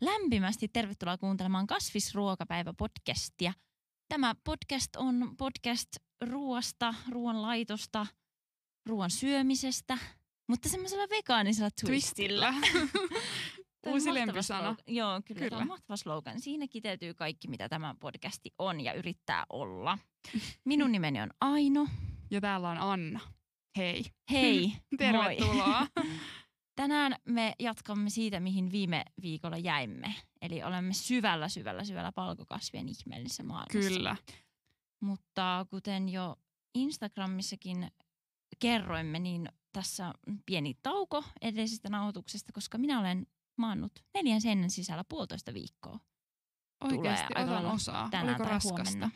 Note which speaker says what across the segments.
Speaker 1: lämpimästi tervetuloa kuuntelemaan Kasvisruokapäivä-podcastia. Tämä podcast on podcast ruoasta, ruoanlaitosta, ruoan syömisestä, mutta semmoisella vegaanisella twistillä.
Speaker 2: Uusi lempisana.
Speaker 1: Joo, kyllä. Tämä on mahtava slogan. Siinä kiteytyy kaikki, mitä tämä podcasti on ja yrittää olla. Minun nimeni on Aino.
Speaker 2: Ja täällä on Anna. Hei.
Speaker 1: Hei.
Speaker 2: Tervetuloa.
Speaker 1: Tänään me jatkamme siitä, mihin viime viikolla jäimme. Eli olemme syvällä palkokasvien ihmeellisessä maailmassa.
Speaker 2: Kyllä.
Speaker 1: Mutta kuten jo Instagramissakin kerroimme, niin tässä pieni tauko edellisestä nauhoituksesta, koska minä olen maannut 4 seinän sisällä 1,5 viikkoa.
Speaker 2: Oikeasti otan osaa. Oliko raskasta?
Speaker 1: Huomenna.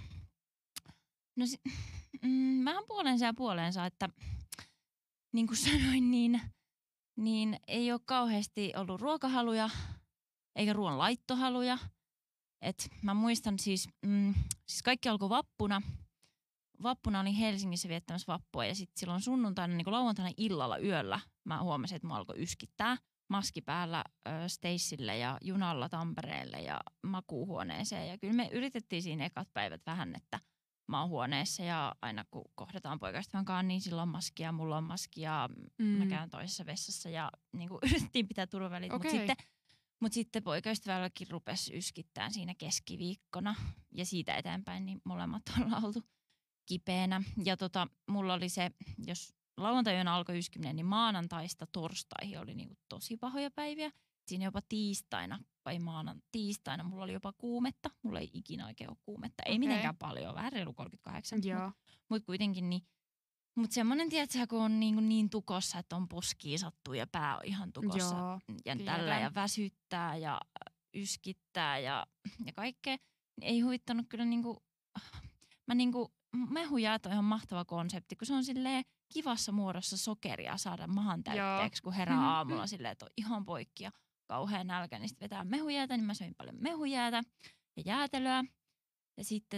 Speaker 1: No vähän puoleensa, että niin kuin sanoin, niin ei ole kauheasti ollut ruokahaluja eikä ruoan laittohaluja. Et mä muistan siis kaikki alkoi vappuna. Vappuna olin Helsingissä viettämässä vappua ja sitten silloin sunnuntaina, niin kuin lauantaina illalla yöllä mä huomasin, että mä alkoi yskittää. Maski päällä Stacelle ja junalla Tampereelle ja makuuhuoneeseen. Ja kyllä me yritettiin siinä ekat päivät vähän, että mä oon huoneessa ja aina kun kohdataan poikaystävän kanssa, niin silloin maskia, mulla on maskia, mä käyn toisessa vessassa ja niin kuin yritettiin pitää turvavälit.
Speaker 2: Okay.
Speaker 1: Mutta sitten poikaystävälläkin rupesi yskittämään siinä keskiviikkona ja siitä eteenpäin, niin molemmat ollaan oltu kipeänä. Ja mulla oli se, jos lauantai-yönä alkoi yskiminen, niin maanantaista torstaihin oli niinku tosi pahoja päiviä. Siinä jopa tiistaina tiistaina mulla oli jopa kuumetta. Mulla ei ikinä oikein ole kuumetta. Ei mitenkään paljon, vähän reilu 38. Mutta kuitenkin niin. Mutta semmoinen, tiedätkö, kun on niin tukossa, että on poskii sattuu ja pää on ihan tukossa.
Speaker 2: Joo,
Speaker 1: ja tällä ja väsyttää ja yskittää ja kaikkea. Ei huvittanut kyllä mehujäätö on ihan mahtava konsepti, kun se on silleen kivassa muodossa sokeria saada mahan täytteeksi, kun herää aamulla silleen, että on ihan poikki ja kauhean nälkä, niin sitten vetää mehujäätä, niin mä söin paljon mehujäätä ja jäätelöä. Ja sitten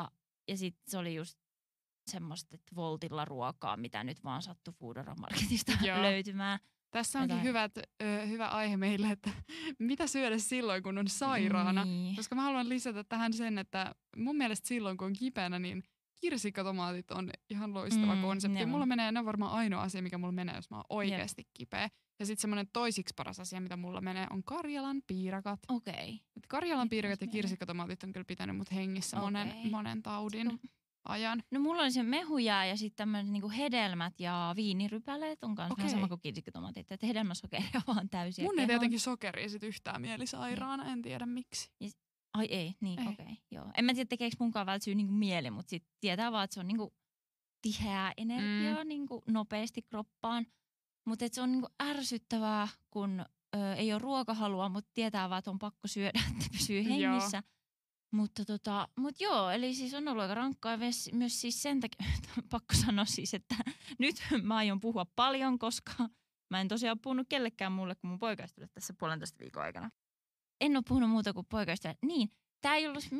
Speaker 1: se oli just semmoista, että voltilla ruokaa, mitä nyt vaan sattui Foodora-marketista löytymään.
Speaker 2: Tässä onkin hyvä aihe meille, että mitä syödä silloin, kun on sairaana.
Speaker 1: Niin.
Speaker 2: Koska mä haluan lisätä tähän sen, että mun mielestä silloin, kun on kipeänä, niin kirsikkatomaatit on ihan loistava konsepti. Ne on varmaan ainoa asia, mikä mulla menee, jos mä oon oikeasti kipeä. Ja sitten semmoinen toisiksi paras asia, mitä mulla menee, on Karjalan piirakat.
Speaker 1: Okei.
Speaker 2: Karjalan piirakat ja kirsikkatomaatit on kyllä pitänyt mut hengissä monen taudin ajan.
Speaker 1: No mulla oli se mehujää ja sitten tämmöiset niinku hedelmät ja viinirypäleet on kanssa vähän sama kuin kirsikkatomaatit. Että hedelmäsokeria vaan täysiä.
Speaker 2: Mun ei tietenkin sokeria sit yhtään mielisairaana, en tiedä miksi.
Speaker 1: Ai ei, niin okei. Joo. En mä tiedä, tekeekö munkaan vältsyä niinku mieli, mutta sitten tietää vaan, että se on niinku tiheää energiaa niinku nopeasti kroppaan. Mutta se on niinku ärsyttävää, kun ei ole ruokahalua, mutta tietää vaan, että on pakko syödä, että pysyy hengissä. Mutta joo, eli siis on ollut aika rankkaa myös siis sen takia, pakko sanoa siis, että nyt mä aion puhua paljon, koska mä en tosiaan puhunut kellekään mulle kuin mun poikaystävälle tässä 1,5 viikon aikana. En ole puhunut muuta kuin poikaystävälle. Niin, tää ei ollut,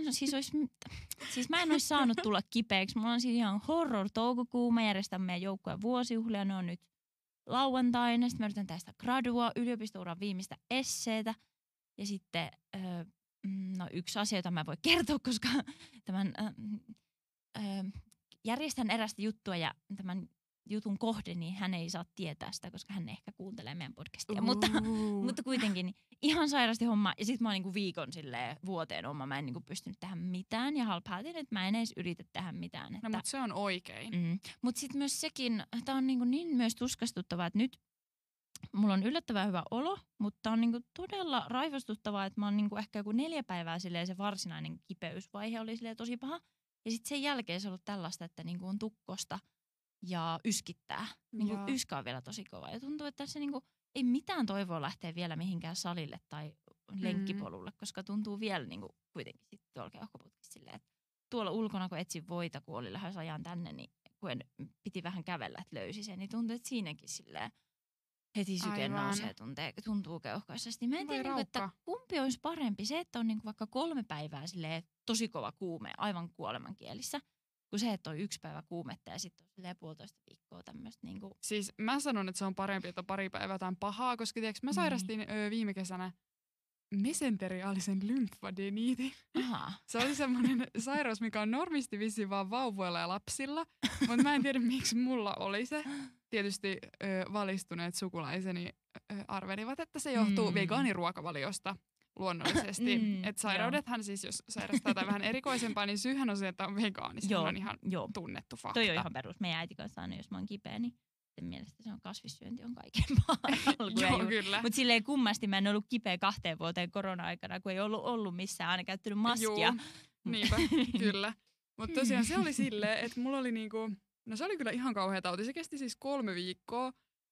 Speaker 1: mä en olisi saanut tulla kipeäksi. Mulla on siis ihan horror toukokuu. Mä järjestän meidän joukkueen vuosijuhlia. Ne on nyt lauantaina. Sitten mä yritän tästä gradua, yliopistouran viimeistä esseetä. Ja sitten yksi asia, jota mä en voi kertoa, koska tämän järjestän erästä juttua ja tämän jutun kohde, niin hän ei saa tietää sitä, koska hän ehkä kuuntelee meidän podcastia. Mutta kuitenkin niin ihan sairasti homma. Ja sitten mä oon niinku viikon silleen vuoteen oma. Mä en niinku pystynyt tähän mitään ja päätin, että mä en edes yritä tehdä mitään.
Speaker 2: No mutta se on oikein.
Speaker 1: Mutta sitten myös sekin, tää on niinku niin myös tuskastuttavaa, että nyt mulla on yllättävän hyvä olo, mutta on niinku todella raivostuttavaa, että mä oon niinku ehkä joku 4 päivää silleen se varsinainen kipeysvaihe oli silleen tosi paha. Ja sitten sen jälkeen se on ollut tällaista, että niinku on tukkosta ja yskittää. Niinku yskä on vielä tosi kova. Ja tuntuu, että tässä niinku ei mitään toivoa lähteä vielä mihinkään salille tai lenkkipolulle, koska tuntuu vielä niinku kuitenkin sitten tuolla keuhkoputkissa silleen, että tuolla ulkona kun etsin voita, kun oli lähes ajan tänne, niin kun piti vähän kävellä, että löysi sen, niin tuntuu, että siinäkin silleen heti syke nousee, tuntuu keuhkoissa. Mä en tiedä, että kumpi olisi parempi. Se, että on niinku vaikka 3 päivää silleen tosi kova kuume, aivan kuolemankielissä, kuin se, että on 1 päivä kuumetta ja sitten on silleen 1,5 viikkoa tämmöistä niinku.
Speaker 2: Siis mä sanon, että se on parempi, että on 2 päivää jotain pahaa, koska tiiäks, mä sairastin viime kesänä mesenteriaalisen lymfadeniitin.
Speaker 1: Aha.
Speaker 2: Se oli semmoinen sairaus, mikä on normisti vissiin vaan vauvoilla ja lapsilla, mutta mä en tiedä miksi mulla oli se. Tietysti valistuneet sukulaiseni arvelivat, että se johtuu vegaaniruokavaliosta luonnollisesti. Että sairaudethan siis, jos sairastaa tai vähän erikoisempaa, niin syyhän on se, että on vegaani. Se on ihan tunnettu fakta.
Speaker 1: Toi on ihan perus. Meidän äiti kanssa aina, jos mä oon kipeä, niin sen mielestä se on kasvissyönti on kaiken
Speaker 2: Joo, kyllä.
Speaker 1: Mutta silleen kummasti mä en ollut kipeä 2 vuoteen korona-aikana, kun ei ollut missään aina käyttänyt maskia.
Speaker 2: Joo, niinpä, kyllä. Mutta tosiaan se oli silleen, että mulla oli niinku, no se oli kyllä ihan kauhea tauti. Se kesti siis 3 viikkoa.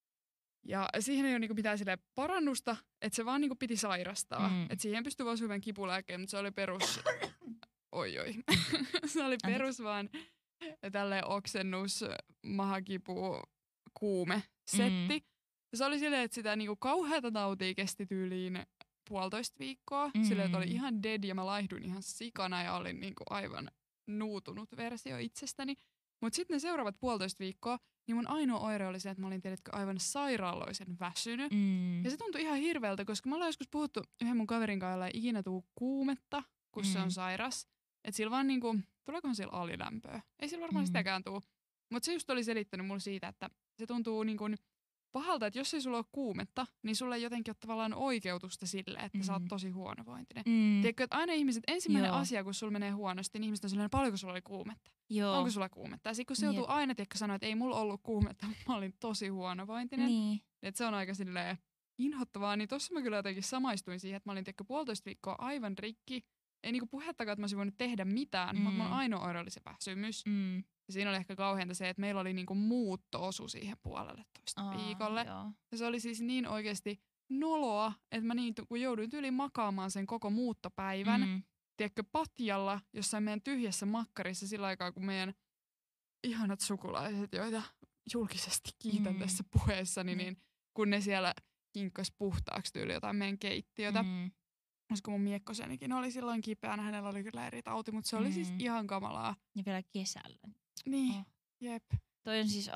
Speaker 2: Ja siihen ei ole niinku mitään silleen parannusta, että se vaan niinku piti sairastaa. Että siihen pystyy vaan hyvän kipulääkkeen, mutta se oli perus... Oi. Se oli perus vaan tälleen oksennus, mahakipu, kuume setti. Se oli silleen, että sitä niinku kauheata tautia kesti tyyliin 1,5 viikkoa. Silleen, että oli ihan dead ja mä laihduin ihan sikana ja olin niinku aivan nuutunut versio itsestäni. Mutta sitten ne seuraavat 1,5 viikkoa, niin mun ainoa oire oli se, että mä olin tiedätkö aivan sairaaloisen väsynyt. Ja se tuntui ihan hirveältä, koska mä ollaan joskus puhuttu yhden mun kaverin kanssa, jolla ei ikinä tuu kuumetta, kun se on sairas. Että sillä vaan niinku, tuleekohan sillä alilämpöä? Ei sillä varmaan sitäkään tuu. Mutta se just oli selittänyt mulle siitä, että se tuntuu niinku pahalta, että jos ei sulla ole kuumetta, niin sulla ei jotenkin ole tavallaan oikeutusta sille, että sä oot tosi huonovointinen. Tiedätkö, että aina ihmiset, ensimmäinen asia, kun sulla menee huonosti, niin ihmiset on silleen, paljonko sulla oli kuumetta? Joo. Onko sulla kuumetta? Ja sitten kun se joutuu aina, tiedätkö, sanoa, että ei mulla ollut kuumetta, mä olin tosi huonovointinen. Niin. Että se on aika silleen inhottavaa. Niin tossa mä kyllä jotenkin samaistuin siihen, että mä olin, tiedätkö, 1,5 viikkoa aivan rikki. Ei niinku puhettakaan, että mä olisin voinut tehdä mitään, mutta mun ainoa oire oli se väsymys. Ja siinä oli ehkä kauheinta se, että meillä oli niinku muutto-osu siihen 1,5 viikolle. Joo. Ja se oli siis niin oikeasti noloa, että mä niin, kun jouduin tyyliin makaamaan sen koko muuttopäivän, tiedätkö, patjalla jossain meidän tyhjässä makkarissa sillä aikaa, kun meidän ihanat sukulaiset, joita julkisesti kiitän tässä puheessani, niin kun ne siellä kinkkas puhtaaksi tyyli jotain meidän keittiötä. Koska mun miekkosenikin oli silloin kipeänä, hänellä oli kyllä eri tauti, mutta se oli siis ihan kamalaa.
Speaker 1: Ja vielä kesällä.
Speaker 2: Niin, jep.
Speaker 1: Toi on siis,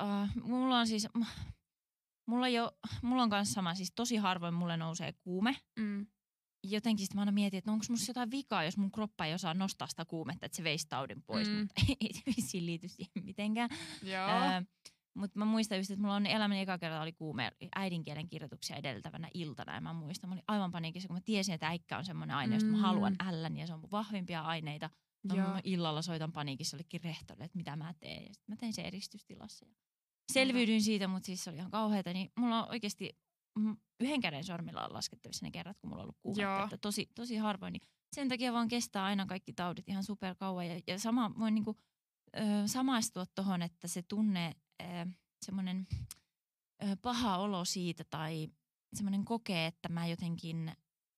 Speaker 1: mulla on kanssa sama, siis tosi harvoin mulle nousee kuume. Jotenkin sitten mä aina mietin, että onko musta jotain vikaa, jos mun kroppa ei osaa nostaa sitä kuumetta, että se veisi taudin pois, mutta ei se vissiin liity siihen mitenkään. Mutta mä muistan just, että mulla on elämäni eka kerta oli kuume äidinkielen kirjoituksia edeltävänä iltana. Ja mä muistan, mä olin aivan paniikissa, kun mä tiesin, että äikkä on semmoinen aine, josta mä haluan ällän ja se on mun vahvimpia aineita. Mä illalla soitan paniikissa jollekin rehtorille, että mitä mä teen. Ja sitten mä tein se eristystilassa. Selviydyin siitä, mutta siis se oli ihan kauheata. Niin mulla on oikeasti yhden käden sormilla on laskettavissa ne kerrat, kun mulla on ollut kuumetta. Että tosi harvoin. Niin sen takia vaan kestää aina kaikki taudit ihan superkauan. Ja sama voin niinku, samaistua tohon, että se tunne... semmoinen paha olo siitä tai semmoinen kokee, että mä jotenkin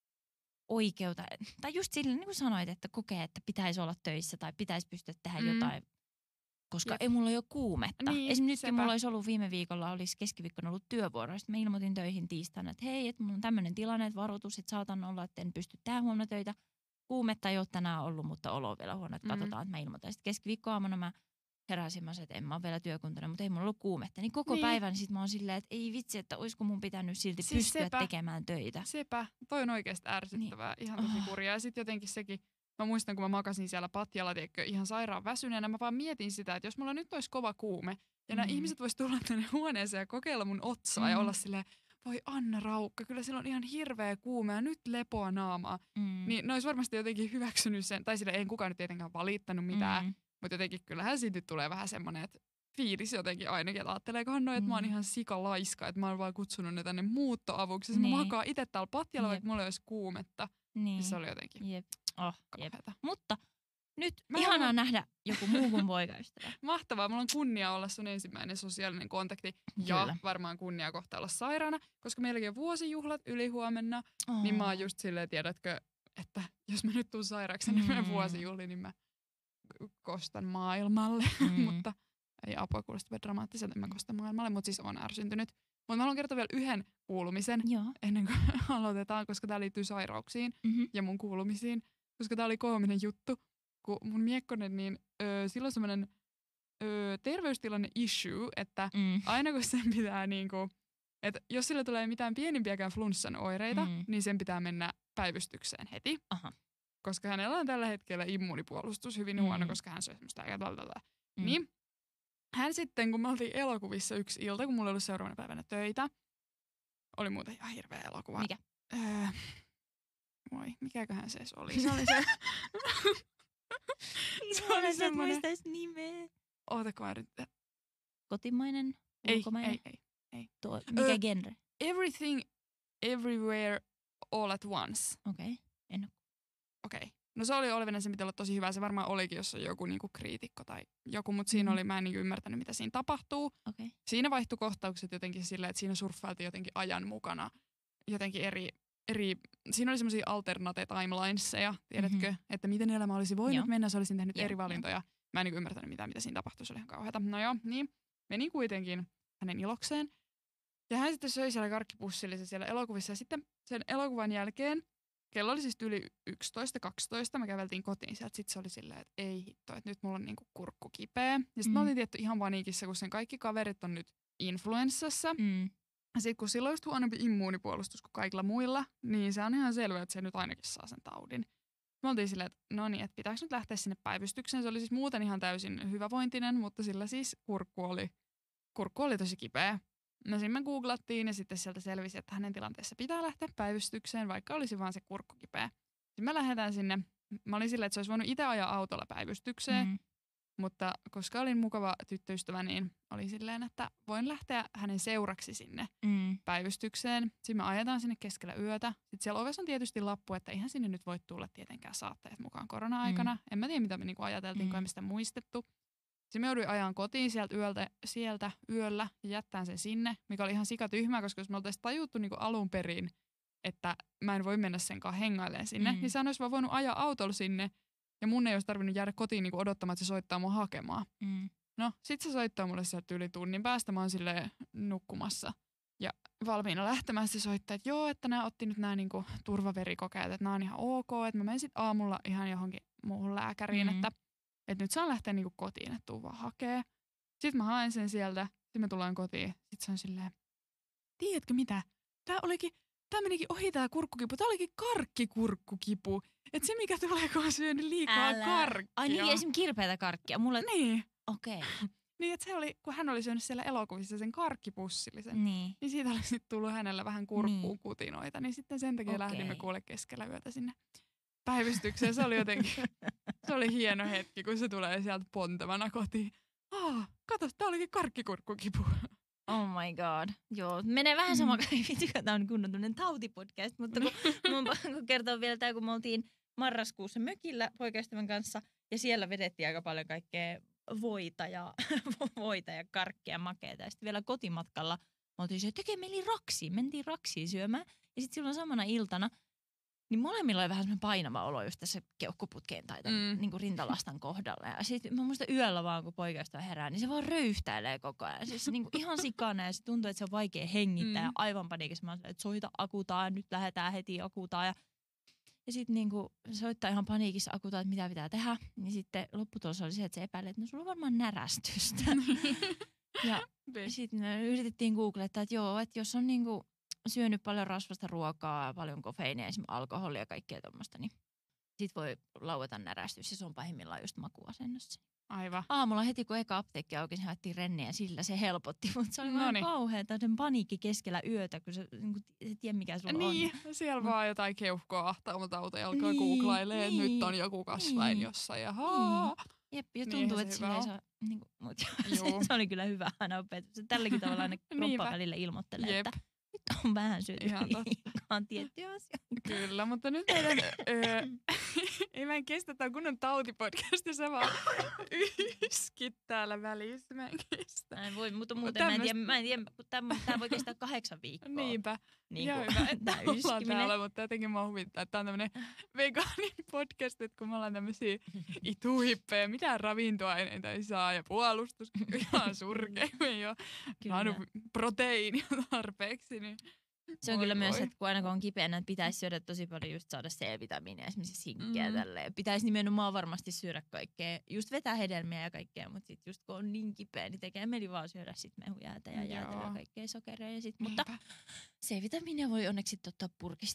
Speaker 1: oikeuta, tai just sillä niin kuin sanoit, että kokee, että pitäisi olla töissä tai pitäisi pystyä tehdä jotain, koska ei mulla ole kuumetta.
Speaker 2: Niin,
Speaker 1: esimerkiksi nytkin mulla olisi ollut viime viikolla, olisi keskiviikkona ollut työvuoro, sitten mä ilmoitin töihin tiistaina, että hei, että mulla on tämmöinen tilanne, että varoitus, että saatan olla, että en pysty tehdä huomenna töitä. Kuumetta ei ole tänään ollut, mutta olo on vielä huono, että katsotaan, että mä ilmoitan. Sitten keskiviikkoaamuna mä heräsin, mä sanoin, että en mä ole vielä työkuntana, mutta ei mulla ollut kuumetta. Niin koko päivän sit mä oon silleen, että ei vitsi, että olisiko mun pitänyt silti siis pystyä tekemään töitä.
Speaker 2: Sepä, toi on oikeasti ärsyttävää, ihan tosi kurjaa. Ja sitten jotenkin sekin, mä muistan, kun mä makasin siellä patjalla, tiedätkö, ihan sairaan väsyneenä, mä vaan mietin sitä, että jos mulla nyt olisi kova kuume, ja nämä ihmiset vois tulla tänne huoneeseen ja kokeilla mun otsaa ja olla silleen, voi Anna Raukka, kyllä sillä on ihan hirveä kuume ja nyt lepoa naamaa. Niin ne olisi varmasti jotenkin hyväksynyt sen, tai sille ei kukaan nyt tietenkään valittanut mitään. Mutta jotenkin kyllähän siitä tulee vähän semmoinen, että fiilis jotenkin ainakin, että ajatteleekohan noin, että mä oon ihan sikalaiska, että mä oon vaan kutsunut ne tänne muuttoavuksi. Niin. Mä makaan itse täällä patjalla, vaikka mulla ei olisi kuumetta. Niin. Se oli jotenkin kauheata.
Speaker 1: Mutta nyt ihanaa nähdä joku muu kuin poikaystävä.
Speaker 2: Mahtavaa, mulla on kunnia olla sun ensimmäinen sosiaalinen kontakti ja varmaan kunnia kohta olla sairaana, koska meilläkin on vuosijuhlat ylihuomenna, niin mä oon just silleen, tiedätkö, että jos mä nyt tuun sairaaksi, niin meidän vuosijuhli, niin mä kostan maailmalle, mutta ei apua kuulosta dramaattiselta, en mä kosta maailmalle, mutta siis on ärsyntynyt. Mutta mä haluan kertoa vielä yhden kuulumisen ennen kuin aloitetaan, koska tää liittyy sairauksiin ja mun kuulumisiin, koska tää oli koominen juttu, kun mun miekkonen, niin silloin semmoinen terveystilanne issue, että aina kun sen pitää niinku, että jos sillä tulee mitään pienimpiäkään flunssan oireita, niin sen pitää mennä päivystykseen heti.
Speaker 1: Aha.
Speaker 2: Koska hänellä on tällä hetkellä immuunipuolustus hyvin huono, koska hän syö semmoista Niin hän sitten, kun me oltiin elokuvissa yksi ilta, kun mulla oli seuraavana päivänä töitä, oli muuten ihan hirveä elokuva.
Speaker 1: Mikä?
Speaker 2: Mikäköhän se oli? Se oli se...
Speaker 1: se oli semmoinen... muistais nimeä.
Speaker 2: Ootako mä nyt...
Speaker 1: Kotimainen? Ulkomainen?
Speaker 2: Ei.
Speaker 1: Mikä genre?
Speaker 2: Everything, Everywhere, All at Once.
Speaker 1: Okei. En ole.
Speaker 2: Okei. No se oli Olvinen, se pitää olla tosi hyvä. Se varmaan olikin, jos on joku niinku kriitikko tai joku, mutta siinä oli, mä en niinku ymmärtänyt, mitä siinä tapahtuu.
Speaker 1: Okay.
Speaker 2: Siinä vaihtui kohtaukset jotenkin silleen, että siinä surffailtiin jotenkin ajan mukana. Jotenkin siinä oli semmoisia alternate timelinesia, tiedätkö, että miten elämä olisi voinut mennä, jos olisin tehnyt eri valintoja. Mä en niinku ymmärtänyt mitä siinä tapahtui, se oli ihan kauheata. No joo, niin meni kuitenkin hänen ilokseen. Ja hän sitten söi siellä karkkipussillisen siellä elokuvissa. Ja sitten sen elokuvan jälkeen, kello oli siis yli 11-12, me käveltiin kotiin sieltä. Sitten se oli silleen, että ei hitto, että nyt mulla on niinku kurkku kipeä. Ja sitten me oltiin tietty ihan paniikissa, kun sen kaikki kaverit on nyt influenssassa. Ja sitten kun sillä on just huonompi immuunipuolustus kuin kaikilla muilla, niin se on ihan selvä, että se nyt ainakin saa sen taudin. Me oltiin silleen, että no niin, että pitääkö nyt lähteä sinne päivystykseen. Se oli siis muuten ihan täysin hyvävointinen, mutta sillä siis kurkku oli tosi kipeä. No siinä me googlattiin ja sitten sieltä selvisi, että hänen tilanteessa pitää lähteä päivystykseen, vaikka olisi vaan se kurkku kipeä. Sitten me lähdetään sinne. Mä olin silleen, että se olisi voinut itse ajaa autolla päivystykseen, mutta koska olin mukava tyttöystävä, niin oli silleen, että voin lähteä hänen seuraksi sinne päivystykseen. Sitten me ajetaan sinne keskellä yötä. Sitten siellä ovessa on tietysti lappu, että eihän sinne nyt voi tulla tietenkään saattajat mukaan korona-aikana. En mä tiedä, mitä me niinku ajateltiin, kun emme sitä muistettu. Sitten me jouduin ajan kotiin sieltä yöllä ja jättään sen sinne, mikä oli ihan sikatyhmää, koska jos me oltaisiin tajuttu niinku alun perin, että mä en voi mennä senkaan hengailemaan sinne, niin sehän olisi vaan voinut ajaa autolla sinne ja mun ei olisi tarvinnut jäädä kotiin niinku odottamaan, että se soittaa mun hakemaan. No, sit se soittaa mulle sieltä yli tunnin päästä, mä oon silleen nukkumassa ja valmiina lähtemään. Se soittaa, että joo, että nää otti nyt nää niinku turvaverikokeet, että nää on ihan ok, että mä menen sit aamulla ihan johonkin muuhun lääkäriin, että nyt saan lähteä niinku kotiin, että tuu vaan hakee. Sitten mä haen sen sieltä, sitten me tullaan kotiin. Sitten se on silleen, tiedätkö mitä? Tää menikin ohi tää kurkkukipu. Tää olikin karkkikurkkukipu. Että se mikä tulee, kun on syönyt liikaa karkkia.
Speaker 1: Ai niin, esimerkiksi kirpeätä karkkia.
Speaker 2: Niin.
Speaker 1: Okei.
Speaker 2: Niin, että se oli, kun hän oli syönyt siellä elokuvissa sen karkkipussillisen.
Speaker 1: Niin
Speaker 2: siitä oli sitten tullut hänellä vähän kurkkuun kutinoita. Niin sitten sen takia lähdimme kuule keskellä yötä sinne päivystykseen. Se oli jotenkin, se oli hieno hetki, kun se tulee sieltä pontevana kotiin. Kato, tää olikin karkkikurkkukipu.
Speaker 1: Oh my god. Joo, menee vähän sama kuin tää on kunnon tämmönen tautipodcast, mutta kun mun pakko kertoa vielä tää, kun me oltiin marraskuussa mökillä poikaystävän kanssa ja siellä vedettiin aika paljon kaikkea voita ja karkkia ja makeita. Ja sitten vielä kotimatkalla me oltiin se, että mentiin raksiin syömään. Ja sitten silloin samana iltana niin molemmilla oli vähän semmoinen painava olo just tässä keuhkoputkeen tai niin kuin rintalastan kohdalla. Ja sitten mä muistan yöllä vaan, kun poikaystävä herää, niin se vaan röyhtäilee koko ajan. Siis niin kuin ihan sikana ja se tuntuu, että se on vaikea hengittää ja aivan paniikissa. Mä oon että soita akutaan, nyt lähdetään heti akutaan. Ja sitten niin kuin soittaa ihan paniikissa akutaan, että mitä pitää tehdä. Niin sitten lopputulos oli se, että se epäilee, että no sulla on varmaan närästystä. Ja sitten me yritettiin googlettaa, että joo, että jos on niin kuin syönyt paljon rasvasta ruokaa, paljon kofeiinia, esimerkiksi alkoholia ja kaikkea tuommoista, niin sit voi laueta närästys ja se on pahimmillaan just makuasennossa.
Speaker 2: Aivan.
Speaker 1: Aamulla heti kun eka apteekki auki, se haettiin renniä ja sillä se helpotti, mutta se oli vaan kauheata, sen paniikki keskellä yötä, kun se et tiedä mikä sulla on.
Speaker 2: Niin, siellä vaan jotain keuhkoa ahtaamalta ja alkaa googlailee, että nyt on joku kasvain jossain ja
Speaker 1: Jep, ja tuntuu, että silleen se on, niin kuin, se oli kyllä hyvä aina opetus. Tälläkin tavalla aina kroppa välillä ilmoittelee, että nyt on vähän syöty liikaa tiettyjä asioita.
Speaker 2: Kyllä, mutta nyt meidän, ei mä en kestä, tää on kunnon tautipodcast ja sä vaan yskit täällä välissä. Mä en kestä.
Speaker 1: Näin voi, mutta muuten mä en tiedä, tää voi kestää 8 viikkoa.
Speaker 2: Niinpä.
Speaker 1: Niin
Speaker 2: ihan hyvä, että ollaan täällä, mutta jotenkin mä huvittaa, että tää on tämmönen vegaanin podcast, että kun me ollaan tämmösiä ituhippejä, mitään ravintoaineita ei saa ja puolustus ihan surkea, ei oo saanut proteiinia tarpeeksi, niin
Speaker 1: se on kyllä myös, että kun aina kun on kipeänä, että pitäisi syödä tosi paljon just saada C-vitamiinia, esimerkiksi sinkkiä tälleen. Pitäisi nimenomaan varmasti syödä kaikkea, just vetää hedelmiä ja kaikkea, mutta sitten just kun on niin kipeä, niin tekee mieli vaan syödä sit mehujäätä ja jäätelöä ja kaikkea sokeria. Mutta C-vitamiinia voi onneksi ottaa purkista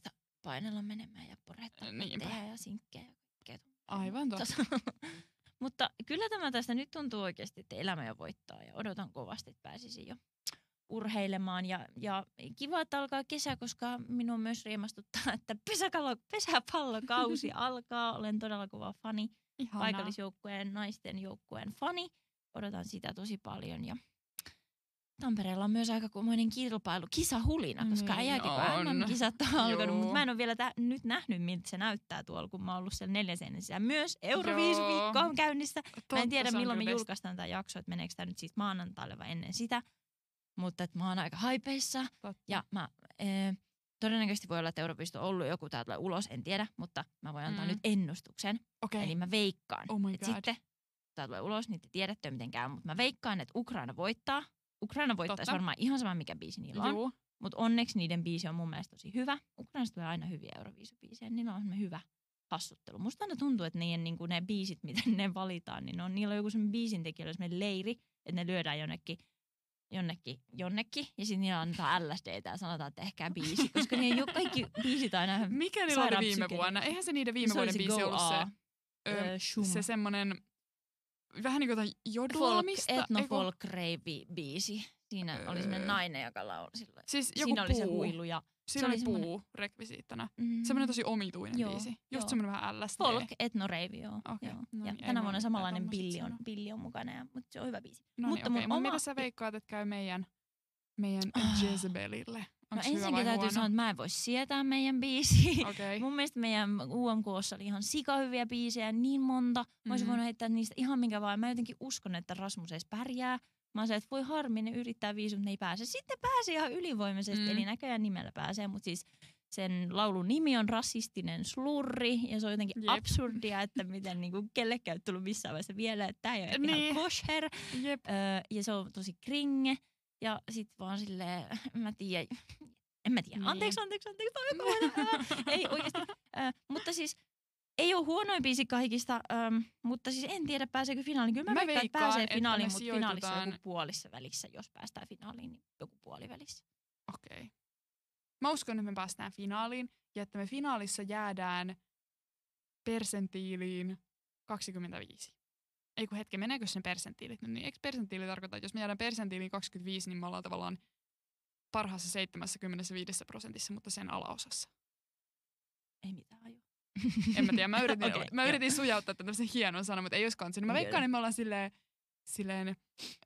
Speaker 1: painella menemään ja porettaa koteja ja sinkkejä.
Speaker 2: Aivan totta.
Speaker 1: Mutta kyllä tämä tästä nyt tuntuu oikeasti, että elämä jo voittaa ja odotan kovasti, että pääsisin jo urheilemaan. Ja kiva, että alkaa kesä, koska minua myös riemastuttaa, että pesäpallokausi alkaa. Olen todella kova fani. Ihanaa. Paikallisjoukkueen, naisten joukkueen fani. Odotan sitä tosi paljon ja Tampereella on myös aika kummoinen kilpailu, kisahulina, koska äijäkin MM-kisat on alkanut, mutta mä en ole vielä nyt nähnyt, miltä se näyttää tuolla, kun mä oon ollut siellä 4 seinän sisään. Myös Euroviisuviikko on käynnissä. Mä en tiedä, milloin me julkaistaan tämä jakso, että meneekö tämä nyt siis maanantaille vai ennen sitä, mutta että mä oon aika haipeissa. Totta. Ja mä todennäköisesti voi olla, että Euroviisut on ollut joku, tää tulee ulos, en tiedä, mutta mä voin antaa nyt ennustuksen. Okay. Eli mä veikkaan, että sitten tää tulee ulos, niin te tiedätte miten käy, mutta mä veikkaan, että Ukraina voittaa. Ukraina voittaisi varmaan ihan sama, mikä biisi niillä on. Mutta onneksi niiden biisi on mun mielestä tosi hyvä. Ukrainasta tulee aina hyviä Euroviisubiisejä. Niillä on hyvä hassuttelu. Musta aina tuntuu, että niiden, niin ne biisit, mitä ne valitaan, niin niillä on joku semmoinen biisintekijä, semmoinen leiri, että ne lyödään jonnekin. Ja sitten niillä annetaan LSDtä ja sanotaan, että tehkää biisi. Koska ne ei ole kaikki biisit aina
Speaker 2: mikä niillä oli viime vuonna? Eihän se niiden viime vuoden biisi ollut se semmoinen vähän niin kuin jodulamista.
Speaker 1: Etnofolk rave-biisi. Siinä oli semmoinen nainen, joka lauli silloin.
Speaker 2: Siis
Speaker 1: siinä oli se huilu. Ja
Speaker 2: siinä oli puu rekvisiittana. Semmoinen tosi omituinen biisi. Just semmoinen vähän LSD.
Speaker 1: Folk, etno rave, joo. Okay. No, ja tänä vuonna samanlainen billion mukana, mutta se on hyvä biisi.
Speaker 2: No mutta niin, mun mitä sä veikkaat, että käy meidän Jezebelille?
Speaker 1: No ensinnäkin täytyy sanoa, että mä en voi sietää meidän biisiä. Okay. Mun mielestä meidän UMK:ssa oli ihan sikahyviä biisejä, niin monta. Mä olisin voinut heittää niistä ihan minkä vaan. Mä jotenkin uskon, että Rasmus edes pärjää. Mä oon se, että voi harmi, ne yrittää viisi, mutta ne ei pääse. Sitten pääsee ihan ylivoimaisesti, eli näköjään nimellä pääsee. Mutta siis sen laulun nimi on Rasistinen slurri, ja se on jotenkin absurdia, että miten niinku kellekään ei tullut missään vaiheessa vielä, että tää ei ole ihan kosher. Ja se on tosi kringe. Ja sit vaan silleen, en mä tiedä. Niin. Anteeksi. Ei oikeesti. Mutta siis ei ole huonoin biisi kaikista, mutta siis en tiedä pääseekö finaaliin. Kyllä mä veikkaan, että pääsee finaaliin, mutta finaalissa joku puolissa välissä. Jos päästään finaaliin, niin joku puolivälissä.
Speaker 2: Okei. Mä uskon, että me päästään finaaliin ja että me finaalissa jäädään persentiiliin 25. Ei kun hetki, meneekö sen persentiilit? No niin, eikö persentiili tarkoita, että jos me jäädään persentiiliin 25, niin me ollaan tavallaan parhaassa 75%, mutta sen alaosassa.
Speaker 1: Ei mitään aju.
Speaker 2: En mä tiedä, mä yritin sujauttaa tämmöisen hienon sanan, mutta ei olisi kanssa. Mä veikkaan, että me ollaan silleen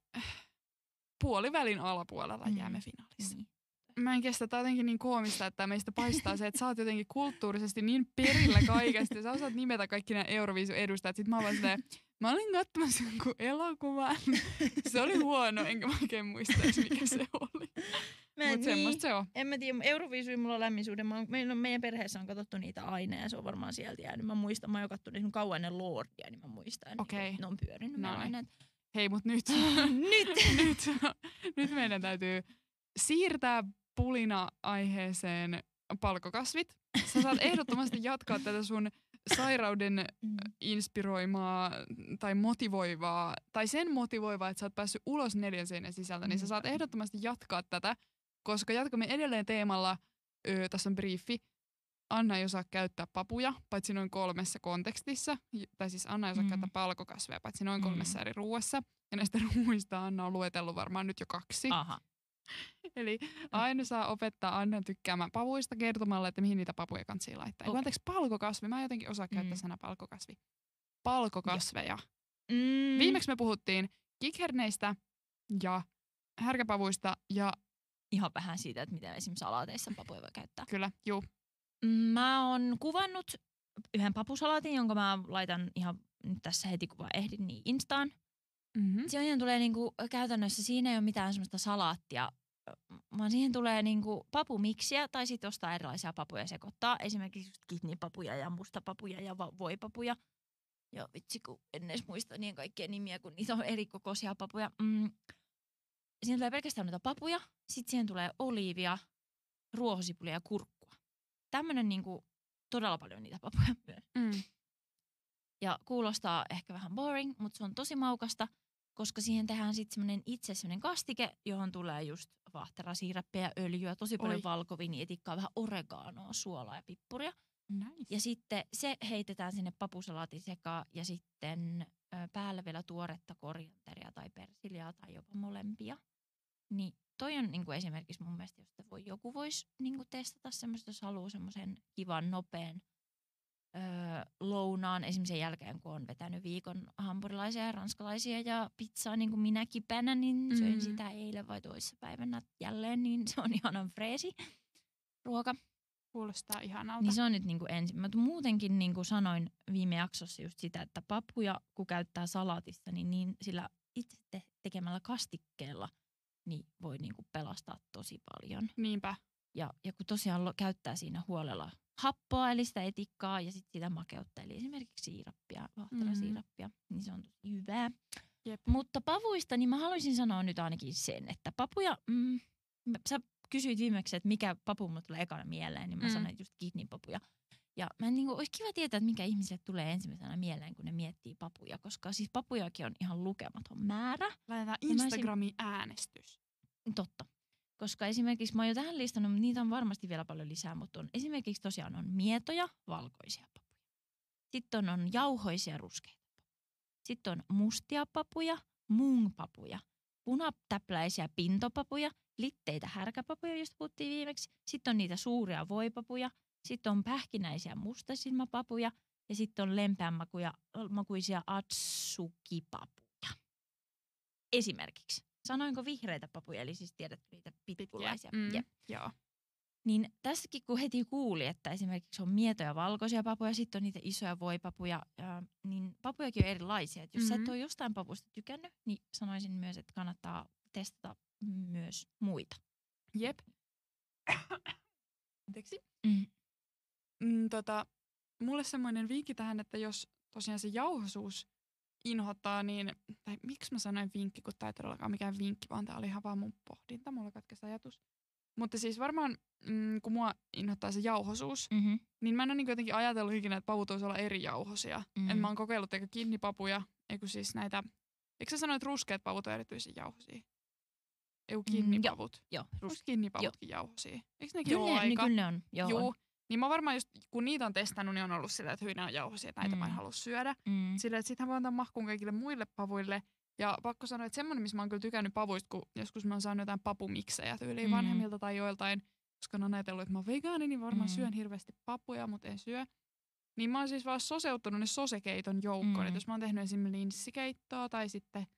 Speaker 2: puolivälin alapuolella jäämme finaalissa. Mä en kestä, tää on jotenkin niin koomista, että meistä paistaa se, että sä oot jotenkin kulttuurisesti niin perillä kaikesta ja sä osaat nimetä kaikki nämä Euroviisun edustajat. Sit mä oon vaan silleen, mä olin katsomassa jonkun elokuvan. Se oli huono, enkä mä oikein muista mikä se oli. Mut semmoista se on.
Speaker 1: En mä tiedä, Euroviisuja mulla on lämmisuuden. Meidän perheessä on katsottu niitä aina ja se on varmaan sieltä jäänyt. Mä muistan, mä oon jo katsonut niin kauan ennen Lordia, niin mä muistan.
Speaker 2: Okei.
Speaker 1: Ne on pyörinyt aina.
Speaker 2: Hei, mut nyt. nyt meidän täytyy siirtää pulina-aiheeseen palkokasvit. Sä saat ehdottomasti jatkaa tätä sun sairauden inspiroimaa tai motivoivaa, tai sen motivoivaa, että sä oot päässyt ulos 4 seinän sisältä, niin sä saat ehdottomasti jatkaa tätä, koska jatkamme edelleen teemalla, tässä on briefi, Anna ei osaa käyttää papuja, paitsi noin 3 kontekstissa, tai siis Anna ei osaa käyttää palkokasveja, paitsi noin 3 eri ruuassa, ja näistä ruuista Anna on luetellut varmaan nyt jo 2.
Speaker 1: Aha.
Speaker 2: Eli aina saa opettaa Annan tykkäämään pavuista kertomalla, että mihin niitä papuja kansi laittaa. Okay. Anteeksi, palkokasvi. Mä jotenkin osaa käyttää sana palkokasvi. Palkokasveja. Viimeksi me puhuttiin kikherneistä ja härkäpavuista ja
Speaker 1: ihan vähän siitä, että miten esimerkiksi salaateissa papuja voi käyttää.
Speaker 2: Kyllä, juu.
Speaker 1: Mä oon kuvannut yhden papusalaatin, jonka mä laitan ihan nyt tässä heti, kun vaan ehdin, niin Instaan. Siihen tulee niinku, käytännössä, siinä ei ole mitään semmoista salaattia, vaan siihen tulee niinku papumiksiä tai sitten ostaa erilaisia papuja sekoittaa. Esimerkiksi just kidneypapuja ja mustapapuja ja voipapuja. Ja vitsi, kun en edes muista niin kaikkia nimiä, kun niitä on eri kokoisia papuja. Siihen tulee pelkästään noita papuja, sitten siihen tulee oliivia, ruohosipulia ja kurkkua. Tämmönen niinku todella paljon niitä papuja myös. Ja kuulostaa ehkä vähän boring, mutta se on tosi maukasta, koska siihen tehdään sitten semmoinen kastike, johon tulee just vaahterasiirappia ja öljyä, tosi paljon valkoviinietikkaa, vähän oreganoa, suolaa ja pippuria.
Speaker 2: Nice.
Speaker 1: Ja sitten se heitetään sinne papusalaatin sekaan ja sitten päälle vielä tuoretta korianteria tai persiljaa tai jopa molempia. Niin toi on niinku esimerkiksi mun mielestä, josta joku voisi niinku testata semmoista, jos haluaa semmoisen kivan, nopean lounaan. Esimerkiksi sen jälkeen, kun on vetänyt viikon hampurilaisia ja ranskalaisia ja pizzaa niin kuin minä kipänä, niin söin sitä eilen vai toissapäivänä jälleen, niin se on ihanan freesi ruoka.
Speaker 2: Kuulostaa ihanalta.
Speaker 1: Niin se on nyt niinku ensin. Mä muutenkin niinku sanoin viime jaksossa just sitä, että papuja kun käyttää salaatissa, niin sillä itse tekemällä kastikkeella niin voi niinku pelastaa tosi paljon.
Speaker 2: Niinpä.
Speaker 1: Ja kun tosiaan käyttää siinä huolella happoa, eli sitä etikkaa ja sitten sitä makeutta, eli esimerkiksi siirappia, vaahterasiirappia, niin se on tosi hyvää.
Speaker 2: Jep.
Speaker 1: Mutta pavuista, niin mä haluaisin sanoa nyt ainakin sen, että papuja, sä kysyit viimeksi, että mikä papu mulle tulee ekana mieleen, niin mä sanoin, että just kidneypapuja. Ja mä olisi kiva tietää, että mikä ihmisille tulee ensimmäisenä mieleen, kun ne miettii papuja, koska siis papujakin on ihan lukematon määrä.
Speaker 2: Laitetaan Instagramiin äänestys.
Speaker 1: Totta. Koska esimerkiksi mä oon jo tähän listannut, mutta niitä on varmasti vielä paljon lisää, mutta on esimerkiksi tosiaan on mietoja, valkoisia papuja. Sitten on jauhoisia ruskeita papuja. Sitten on mustia papuja, mung-papuja, punatäpläisiä pintopapuja, litteitä härkäpapuja, joista puhuttiin viimeksi. Sitten on niitä suuria voipapuja. Sitten on pähkinäisiä mustasilmäpapuja ja sitten on lempeänmakuisia atsukipapuja. Esimerkiksi. Sanoinko vihreitä papuja, eli siis tiedätkö niitä pitbullaisia?
Speaker 2: Joo.
Speaker 1: Niin tässäkin kun heti kuuli, että esimerkiksi on mietoja valkoisia papuja, sitten on niitä isoja voipapuja, niin papujakin on erilaisia. Et jos sä et ole jostain papusta tykännyt, niin sanoisin myös, että kannattaa testata myös muita.
Speaker 2: Jep. Anteeksi. Mulle semmoinen vinkki tähän, että jos tosiaan se jauhosuus inhottaa, niin, tai miksi mä sanoin vinkki, kun tää ei todellakaan mikään vinkki, vaan tää oli ihan vaan mun pohdinta, mulla katkesi ajatus. Mutta siis varmaan, kun mua inhottaa se jauhosuus, niin mä en ole niin jotenkin ajatellut ikinä, että pavut voisi olla eri jauhosia. Että mä oon kokeillut eikä kidneypapuja, eikö siis näitä, eikö sä sano, että ruskeat pavut on erityisen jauhosia? Eikö kidneypavut?
Speaker 1: Joo,
Speaker 2: ruskeat kidneypavutkin jauhosia. Eikö nekin ole aika?
Speaker 1: Kyllä ne on, joo.
Speaker 2: Niin mä varmaan just, kun niitä on testannut, niin on ollut sillä, että hyvin ne on jauhosia, että näitä mä en halua syödä. Sillä, että sittenhän voi antaa mahkuun kaikille muille pavuille. Ja pakko sanoa, että semmoinen, missä mä oon kyllä tykännyt pavuista, kun joskus mä oon saanut jotain papumiksejä tyyliin vanhemmilta tai joiltain, koska on ajatellut, että mä oon vegaani, niin varmaan syön hirveästi papuja, mutta en syö. Niin mä oon siis vaan soseuttanut ne sosekeiton joukkoon. Että jos mä oon tehnyt esimerkiksi linssikeittoa tai sitten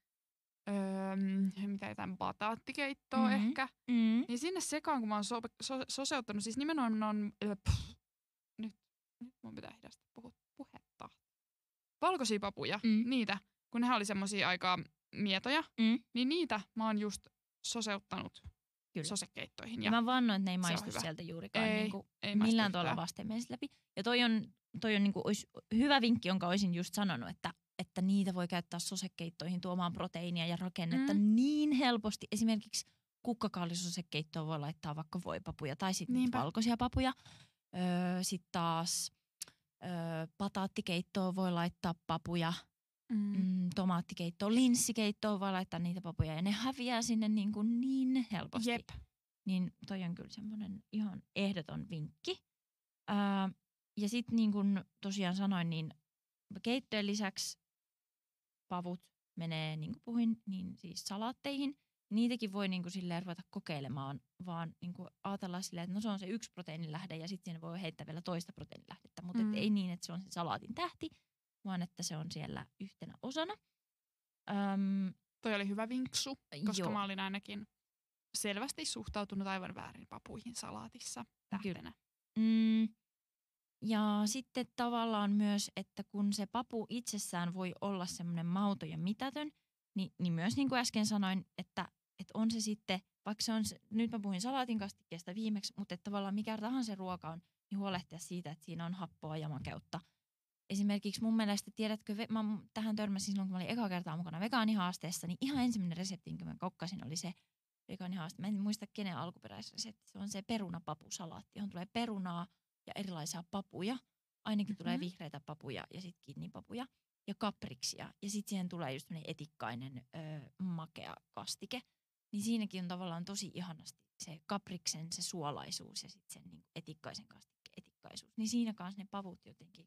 Speaker 2: jotain bataattikeittoa ehkä, niin sinne sekaan, kun mä oon soseuttanut, siis nimenomaan nyt mun pitää hidastaa puhetta. Valkoisia papuja, niitä, kun nehän oli semmosia aika mietoja, niin niitä mä oon just soseuttanut sosekeittoihin. Ja
Speaker 1: mä vannoin, että ne ei maistu sielta juurikaan
Speaker 2: ei
Speaker 1: millään tuolla vastenmielisesti läpi. Ja toi on niinku hyvä vinkki, jonka olisin just sanonut, että niitä voi käyttää sosekeittoihin tuomaan proteiinia ja rakennetta niin helposti. Esimerkiksi kukkakaalisosekeittoon voi laittaa vaikka voipapuja tai sitten valkoisia papuja. Sitten taas pataattikeittoon voi laittaa papuja. Tomaattikeittoon, linssikeittoon voi laittaa niitä papuja ja ne häviää sinne niin helposti.
Speaker 2: Jep.
Speaker 1: Niin toi on kyllä semmoinen ihan ehdoton vinkki. Ja sitten niin kuin tosiaan sanoin, niin keittojen lisäksi pavut menee, niin kuin puhuin, niin siis salaatteihin. Niitäkin voi niin kuin silleen ruveta kokeilemaan, vaan niin kuin ajatellaan silleen, että no se on se yksi proteiinilähde ja sitten siinä voi heittää vielä toista proteiinilähdettä. Mutta ei niin, että se on se salaatin tähti, vaan että se on siellä yhtenä osana.
Speaker 2: Toi oli hyvä vinksu, koska mä olin ainakin selvästi suhtautunut aivan väärin papuihin salaatissa tähtenä.
Speaker 1: Ja sitten tavallaan myös, että kun se papu itsessään voi olla semmoinen mauton ja mitätön, niin myös niin kuin äsken sanoin, että on se sitten, vaikka se on, nyt mä puhuin salaatin kastikkeesta viimeksi, mutta että tavallaan mikä tahansa ruoka on, niin huolehtia siitä, että siinä on happoa ja makeutta. Esimerkiksi mun mielestä, tiedätkö, mä tähän törmäsin silloin, kun mä olin eka kertaa mukana vegaanihaasteessa, niin ihan ensimmäinen resepti, kun mä kokkasin, oli se vegaanihaaste. Mä en muista kenen alkuperäisresepti, se on se perunapapusalaatti, johon tulee perunaa ja erilaisia papuja. Ainakin tulee vihreitä papuja ja sitten kidneypapuja. ja kapriksia. Ja sitten siihen tulee just etikkainen makea kastike. Niin siinäkin on tavallaan tosi ihanasti se kapriksen se suolaisuus ja sitten sen niin etikkaisen kastikkeen etikkaisuus. Niin siinä kanssa ne pavut jotenkin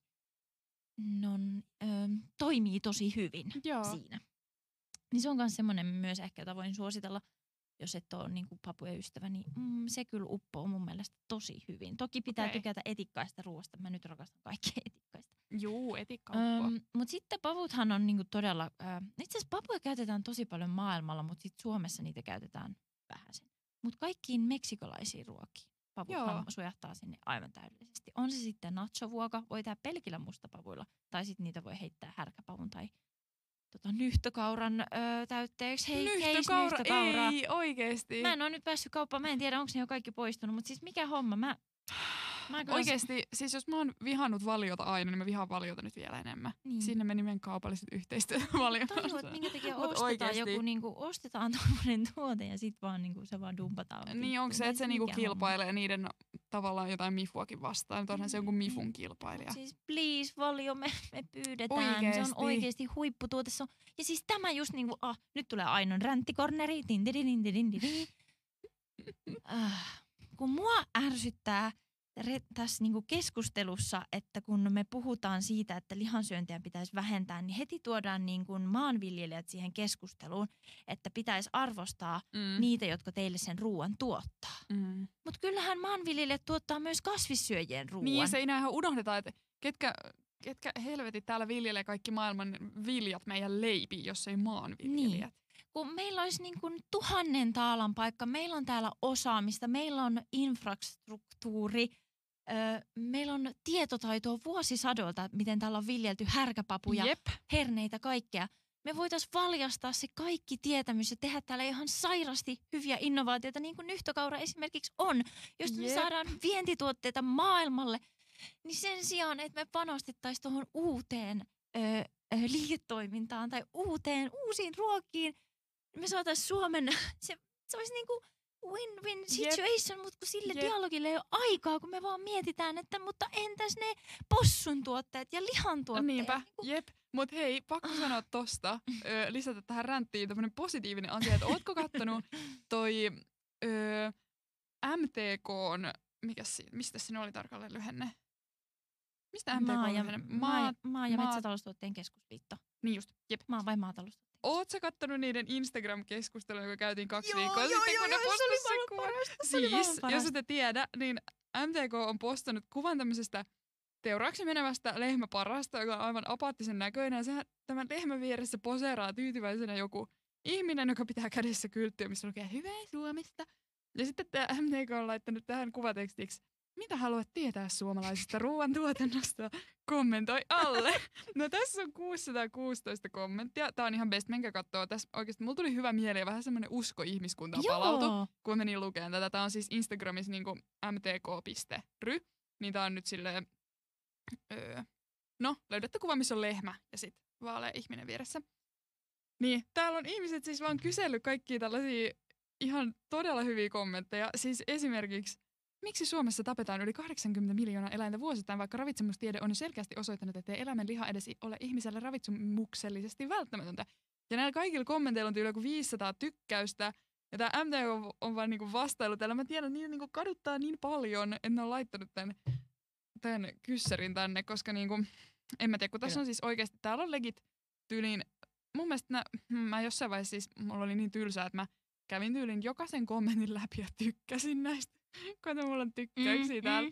Speaker 1: toimii tosi hyvin siinä. Niin se on myös semmoinen myös ehkä, jota voin suositella, jos et ole niin papujen ystävä, niin se kyllä uppoo mun mielestä tosi hyvin. Toki pitää tykätä etikkaista ruoasta. Mä nyt rakastan kaikkea etikkaista.
Speaker 2: Juu, etikka uppoo.
Speaker 1: Mutta sitten pavuthan on niinku todella, itse asiassa papuja käytetään tosi paljon maailmalla, mutta sitten Suomessa niitä käytetään vähäsen. Mutta kaikkiin meksikolaisiin ruokiin pavuthan sujahtaa sinne aivan täydellisesti. On se sitten nachovuoka, voi tehdä pelkillä mustapavuilla, tai sitten niitä voi heittää härkäpavun tai nyhtökauran täytteeksi.
Speaker 2: Nyhtökaura, ei oikeesti.
Speaker 1: Mä en ole nyt päässyt kauppaan, mä en tiedä onko ne jo kaikki poistunut, mutta siis mikä homma, mä
Speaker 2: oikeesti, siis jos mä oon vihannut valiota aina, niin mä vihaan valiota nyt vielä enemmän. Niin. Sinne meni meidän kaupalliset yhteistyöt valiota.
Speaker 1: Tajua, että minkä takia ostetaan tommonen tuote ja sit vaan se vaan dumpataan.
Speaker 2: Niin onko se, että se kilpailee niiden tavallaan jotain mifuakin vastaan. Onhan se jonkun mifun kilpailija.
Speaker 1: Siis please valio, me pyydetään. Oikeesti. Se on oikeesti huipputuote. Ja siis tämä just nyt tulee Ainon ränttikorneri. Kun mua ärsyttää tässä keskustelussa, että kun me puhutaan siitä, että lihansyöntiä pitäisi vähentää, niin heti tuodaan maanviljelijät siihen keskusteluun, että pitäisi arvostaa niitä, jotka teille sen ruoan tuottaa. Mutta kyllähän maanviljelijät tuottaa myös kasvissyöjien ruoan.
Speaker 2: Niin, se ei ihan unohdeta, että ketkä helvetit täällä viljelee kaikki maailman viljat meidän leipiin, jos ei maanviljelijät.
Speaker 1: Niin. Kun meillä olisi 1000 taalan paikka, meillä on täällä osaamista, meillä on infrastruktuuri, meillä on tietotaitoa vuosisadolta, miten täällä on viljelty härkäpapuja, herneitä, kaikkea. Me voitaisiin valjastaa se kaikki tietämys ja tehdä täällä ihan sairasti hyviä innovaatioita, niin kuin nyhtökaura esimerkiksi on, josta me saadaan vientituotteita maailmalle. Niin sen sijaan, että me panostettaisiin tuohon uuteen liiketoimintaan tai uusiin ruokiin, me saataisiin Suomen, se olisi win-win situation, mutta kun sille dialogille ei ole aikaa, kun me vaan mietitään, että mutta entäs ne possun tuotteet ja lihan tuotteet?
Speaker 2: Niinpä, Mutta hei, pakko sanoa tosta, lisätä tähän ränttiin tämmönen positiivinen asia, että ootko kattonut toi MTK:n, mistä se oli tarkalleen lyhenne? Mistä MTK on lyhenne?
Speaker 1: Maa- ja metsätaloustuotteen keskusliitto.
Speaker 2: Niin just,
Speaker 1: Maa- vai maataloustuotteen?
Speaker 2: Oot sä kattonut niiden Instagram-keskustelua, joka käytiin 2 viikkoa sitten, kun ne postasi sen kuvan? Siis, jos ette tiedä, niin MTK on postannut kuvan tämmöisestä teuraaksi menevästä lehmäparrasta, joka on aivan apaattisen näköinen. Ja tämän lehmän vieressä poseeraa tyytyväisenä joku ihminen, joka pitää kädessä kylttiä, missä lukee hyvää Suomesta. Ja sitten tämä MTK on laittanut tähän kuvatekstiksi: mitä haluat tietää suomalaisesta ruoantuotannosta? Kommentoi alle. No tässä on 616 kommenttia. Tää on ihan best, menkää kattoo. Tässä oikeasti mulla tuli hyvä mieli ja vähän semmoinen usko ihmiskuntaan palautui, kun menin lukemaan tätä. Tää on siis Instagramissa mtk.ry. Niin tää on nyt silleen, löydätte kuva, missä on lehmä ja sit vaalea ihminen vieressä. Niin, täällä on ihmiset siis vaan kysellyt kaikkia tällaisia ihan todella hyviä kommentteja. Siis esimerkiksi, miksi Suomessa tapetaan yli 80 miljoonaa eläintä vuosittain, vaikka ravitsemustiede on selkeästi osoittanut, ettei eläimen liha edes ole ihmiselle ravitsemuksellisesti välttämätöntä. Ja näillä kaikilla kommenteilla on yli 500 tykkäystä. Ja tämä MTK on vaan vastailu täällä. Mä tiedän, että niitä kaduttaa niin paljon, että ne on laittanut tämän kyssärin tänne, koska en mä tiedä, kun tässä on siis oikeasti, täällä on legit tyyliin. Mun mielestä mä jossain vaiheessa siis, mulla oli niin tylsää, että mä kävin tyylin jokaisen kommentin läpi ja tykkäsin näistä. Kato, mulla on tykkäyksiä täällä.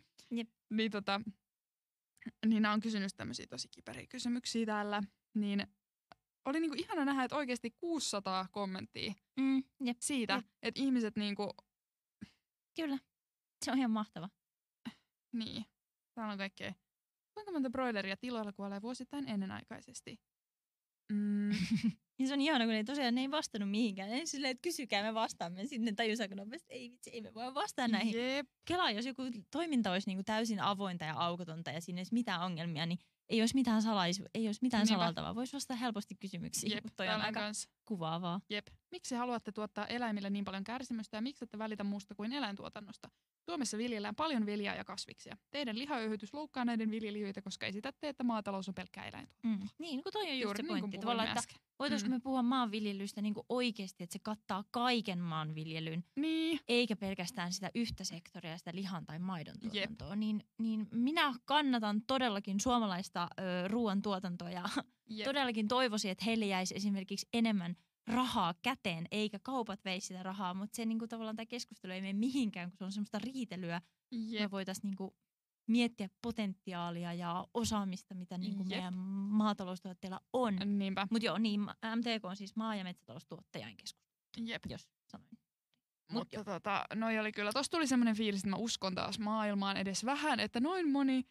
Speaker 2: Niin nämä on kysynyt tämmöisiä tosi kiperiä kysymyksiä täällä. Niin oli ihana nähdä, että oikeasti 600 kommenttia siitä, että ihmiset
Speaker 1: Kyllä, se on ihan mahtava.
Speaker 2: Niin, täällä on kaikkea. Kuinka monta broileria tiloilla kuolee vuosittain ennenaikaisesti?
Speaker 1: Ja se on ihana, kun ne ei vastannut mihinkään. Ensin silleen, että kysykää, me vastaamme. Sitten tajusi aika nopeasti, ei vitsi, ei me voi vastaa näihin. Kela, jos joku toiminta olisi täysin avointa ja aukotonta ja siinä ei olisi mitään ongelmia, niin ei olisi mitään ei olisi mitään salaltavaa. Voisi vastata helposti kysymyksiin.
Speaker 2: Toi on aika
Speaker 1: kuvaavaa.
Speaker 2: Jep. Miksi haluatte tuottaa eläimille niin paljon kärsimystä ja miksi ette välitä muusta kuin eläintuotannosta? Suomessa viljellään paljon viljaa ja kasviksia. Teidän lihayöhytys loukkaa näiden viljelijöitä, koska esitätte, että maatalous on pelkkää eläintuotantoa.
Speaker 1: Niin, kun toi on just se
Speaker 2: niin
Speaker 1: pointti. Tavallaan, että voitaisiinko me puhua maanviljelystä niin kuin oikeasti, että se kattaa kaiken maanviljelyn, eikä pelkästään sitä yhtä sektoria, sitä lihan tai maidon tuotantoa. Niin minä kannatan todellakin suomalaista ruoantuotantoa ja todellakin toivoisin, että heille jäisi esimerkiksi enemmän rahaa käteen, eikä kaupat veisi sitä rahaa, mutta se niinku tavallaan tämä keskustelu ei mene mihinkään, kun se on semmoista riitelyä. Me voitaisiin niinku miettiä potentiaalia ja osaamista, mitä niinku meidän maataloustuotteilla on.
Speaker 2: Niinpä.
Speaker 1: Mutta joo, niin MTK on siis maa- ja metsätaloustuottajain keskustelu, jos sanoin.
Speaker 2: Mutta noi oli kyllä, tossa tuli semmoinen fiilis, että mä uskon taas maailmaan edes vähän, että noin moni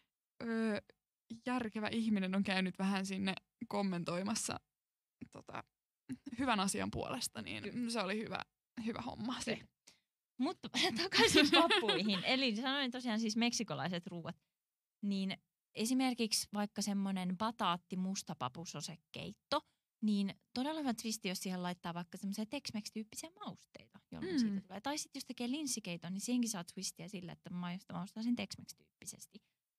Speaker 2: järkevä ihminen on käynyt vähän sinne kommentoimassa hyvän asian puolesta, niin se oli hyvä homma se.
Speaker 1: Mutta takaisin papuihin. Eli sanoin tosiaan siis meksikolaiset ruuat. Niin esimerkiksi vaikka semmoinen bataatti mustapapusosekeitto, niin todella hyvä twisti, jos siihen laittaa vaikka semmoisia Tex-Mex-tyyppisiä mausteita, jolloin siitä tulee. Tai sitten jos tekee linssikeiton, niin siihenkin saa twistiä sillä, että maustaa sen Tex-Mex-tyyppisesti.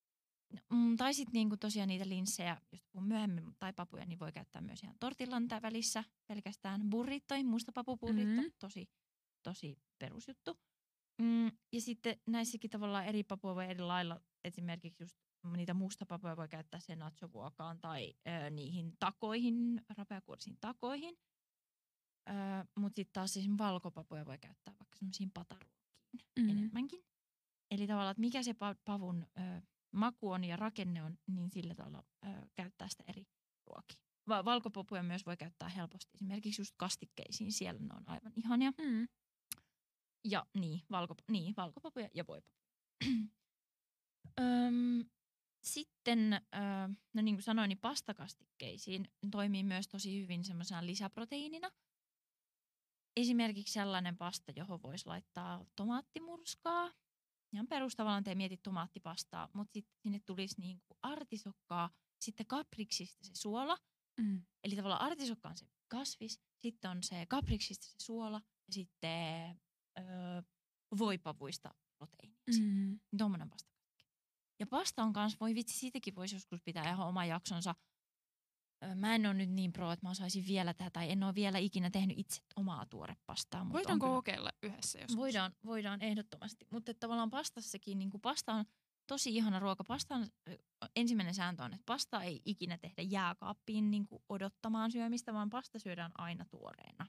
Speaker 1: Tai sitten niinku tosiaan niitä linssejä, jos puhun myöhemmin, tai papuja, niin voi käyttää myös ihan tortillan välissä pelkästään burrittoi, mustapapuburritto, tosi perusjuttu. Ja sitten näissäkin tavallaan eri papuja voi eri lailla, esimerkiksi just niitä mustapapuja voi käyttää sen nachovuokaan tai niihin takoihin, rapeakuorisiin takoihin. Mutta sitten taas siis valkopapuja voi käyttää vaikka semmoisiin pataruokiin enemmänkin. Eli tavallaan, että mikä se pavun maku on ja rakenne on, niin sillä tavalla käyttää sitä eri ruokia. Valkopapuja myös voi käyttää helposti esimerkiksi just kastikkeisiin, siellä ne on aivan ihania. Ja valkopapuja ja voipapuja. Sitten, no niin kuin sanoin, niin pastakastikkeisiin toimii myös tosi hyvin semmoisena lisäproteiinina. Esimerkiksi sellainen pasta, johon voisi laittaa tomaattimurskaa. Ihan perustavallaan te mietit tomaattipastaa, mutta sitten sinne tulisi niin kuin artisokkaa, sitten kapriksista se suola. Eli tavallaan artisokka on se kasvis, sitten on se kapriksista se suola ja sitten voipavuista proteiiniksi. Tuommoinen pasta. Ja pasta on kanssa, voi vitsi, siitäkin voisi joskus pitää ihan oma jaksonsa. Mä en ole nyt niin pro, että mä osaisin vielä tätä, tai en ole vielä ikinä tehnyt itse omaa tuorepastaa.
Speaker 2: Voidaanko kokeilla yhdessä joskus?
Speaker 1: Voidaan ehdottomasti, mutta tavallaan pastassakin, niin pasta on tosi ihana ruoka. Pastan ensimmäinen sääntö on, että pasta ei ikinä tehdä jääkaappiin niin odottamaan syömistä, vaan pasta syödään aina tuoreena.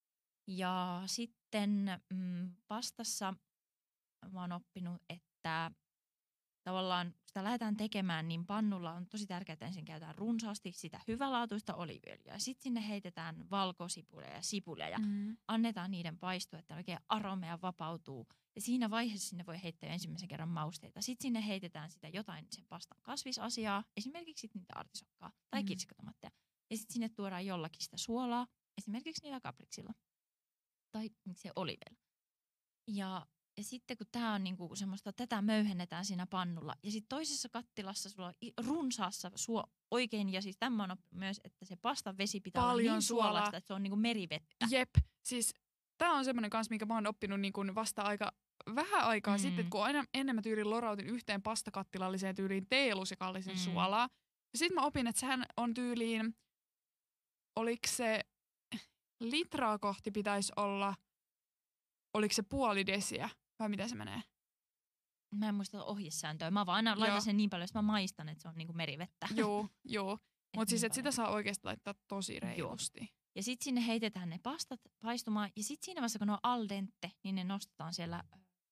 Speaker 1: Ja sitten pastassa mä oon oppinut, että tavallaan sitä lähdetään tekemään, niin pannulla on tosi tärkeää, että ensin käytetään runsaasti sitä hyvälaatuista oliiviöljyä. Sitten sinne heitetään valkosipulia ja sipulia ja annetaan niiden paistua, että oikein aromea vapautuu. Ja siinä vaiheessa sinne voi heittää ensimmäisen kerran mausteita. Sitten sinne heitetään sitä jotain sen pastan kasvisasiaa, esimerkiksi niitä artisokkaa tai kirsikkotomaatteja. Ja sitten sinne tuodaan jollakin sitä suolaa, esimerkiksi niillä kapriksilla tai miksei oliiveilla. Ja sitten kun tämä on niinku semmoista, tätä möyhennetään siinä pannulla. Ja sitten toisessa kattilassa sulla on runsaassa oikein, ja siis tämä on myös, että se pastan vesi pitää olla niin suolasta, että se on niinku merivettä.
Speaker 2: Jep, siis tämä on semmoinen kanssa, minkä mä oon oppinut niinku vasta aika vähän aikaa sitten, kun aina ennen mä tyyliin lorautin yhteen pastakattilalliseen tyyliin teelusikallisen suolaa. Ja sitten mä opin, että sehän on tyyliin, oliko se litraa kohti pitäisi olla, oliko se puoli desiä? Vai miten se menee?
Speaker 1: Mä en muista ohjesääntöä. Mä vaan aina laitan sen niin paljon, että mä maistan, että se on niinku merivettä.
Speaker 2: Joo. Mutta siis, että sitä saa oikeasti laittaa tosi reilusti.
Speaker 1: Ja sitten sinne heitetään ne pastat paistumaan. Ja sitten siinä vaiheessa, kun ne on al dente, niin ne nostetaan siellä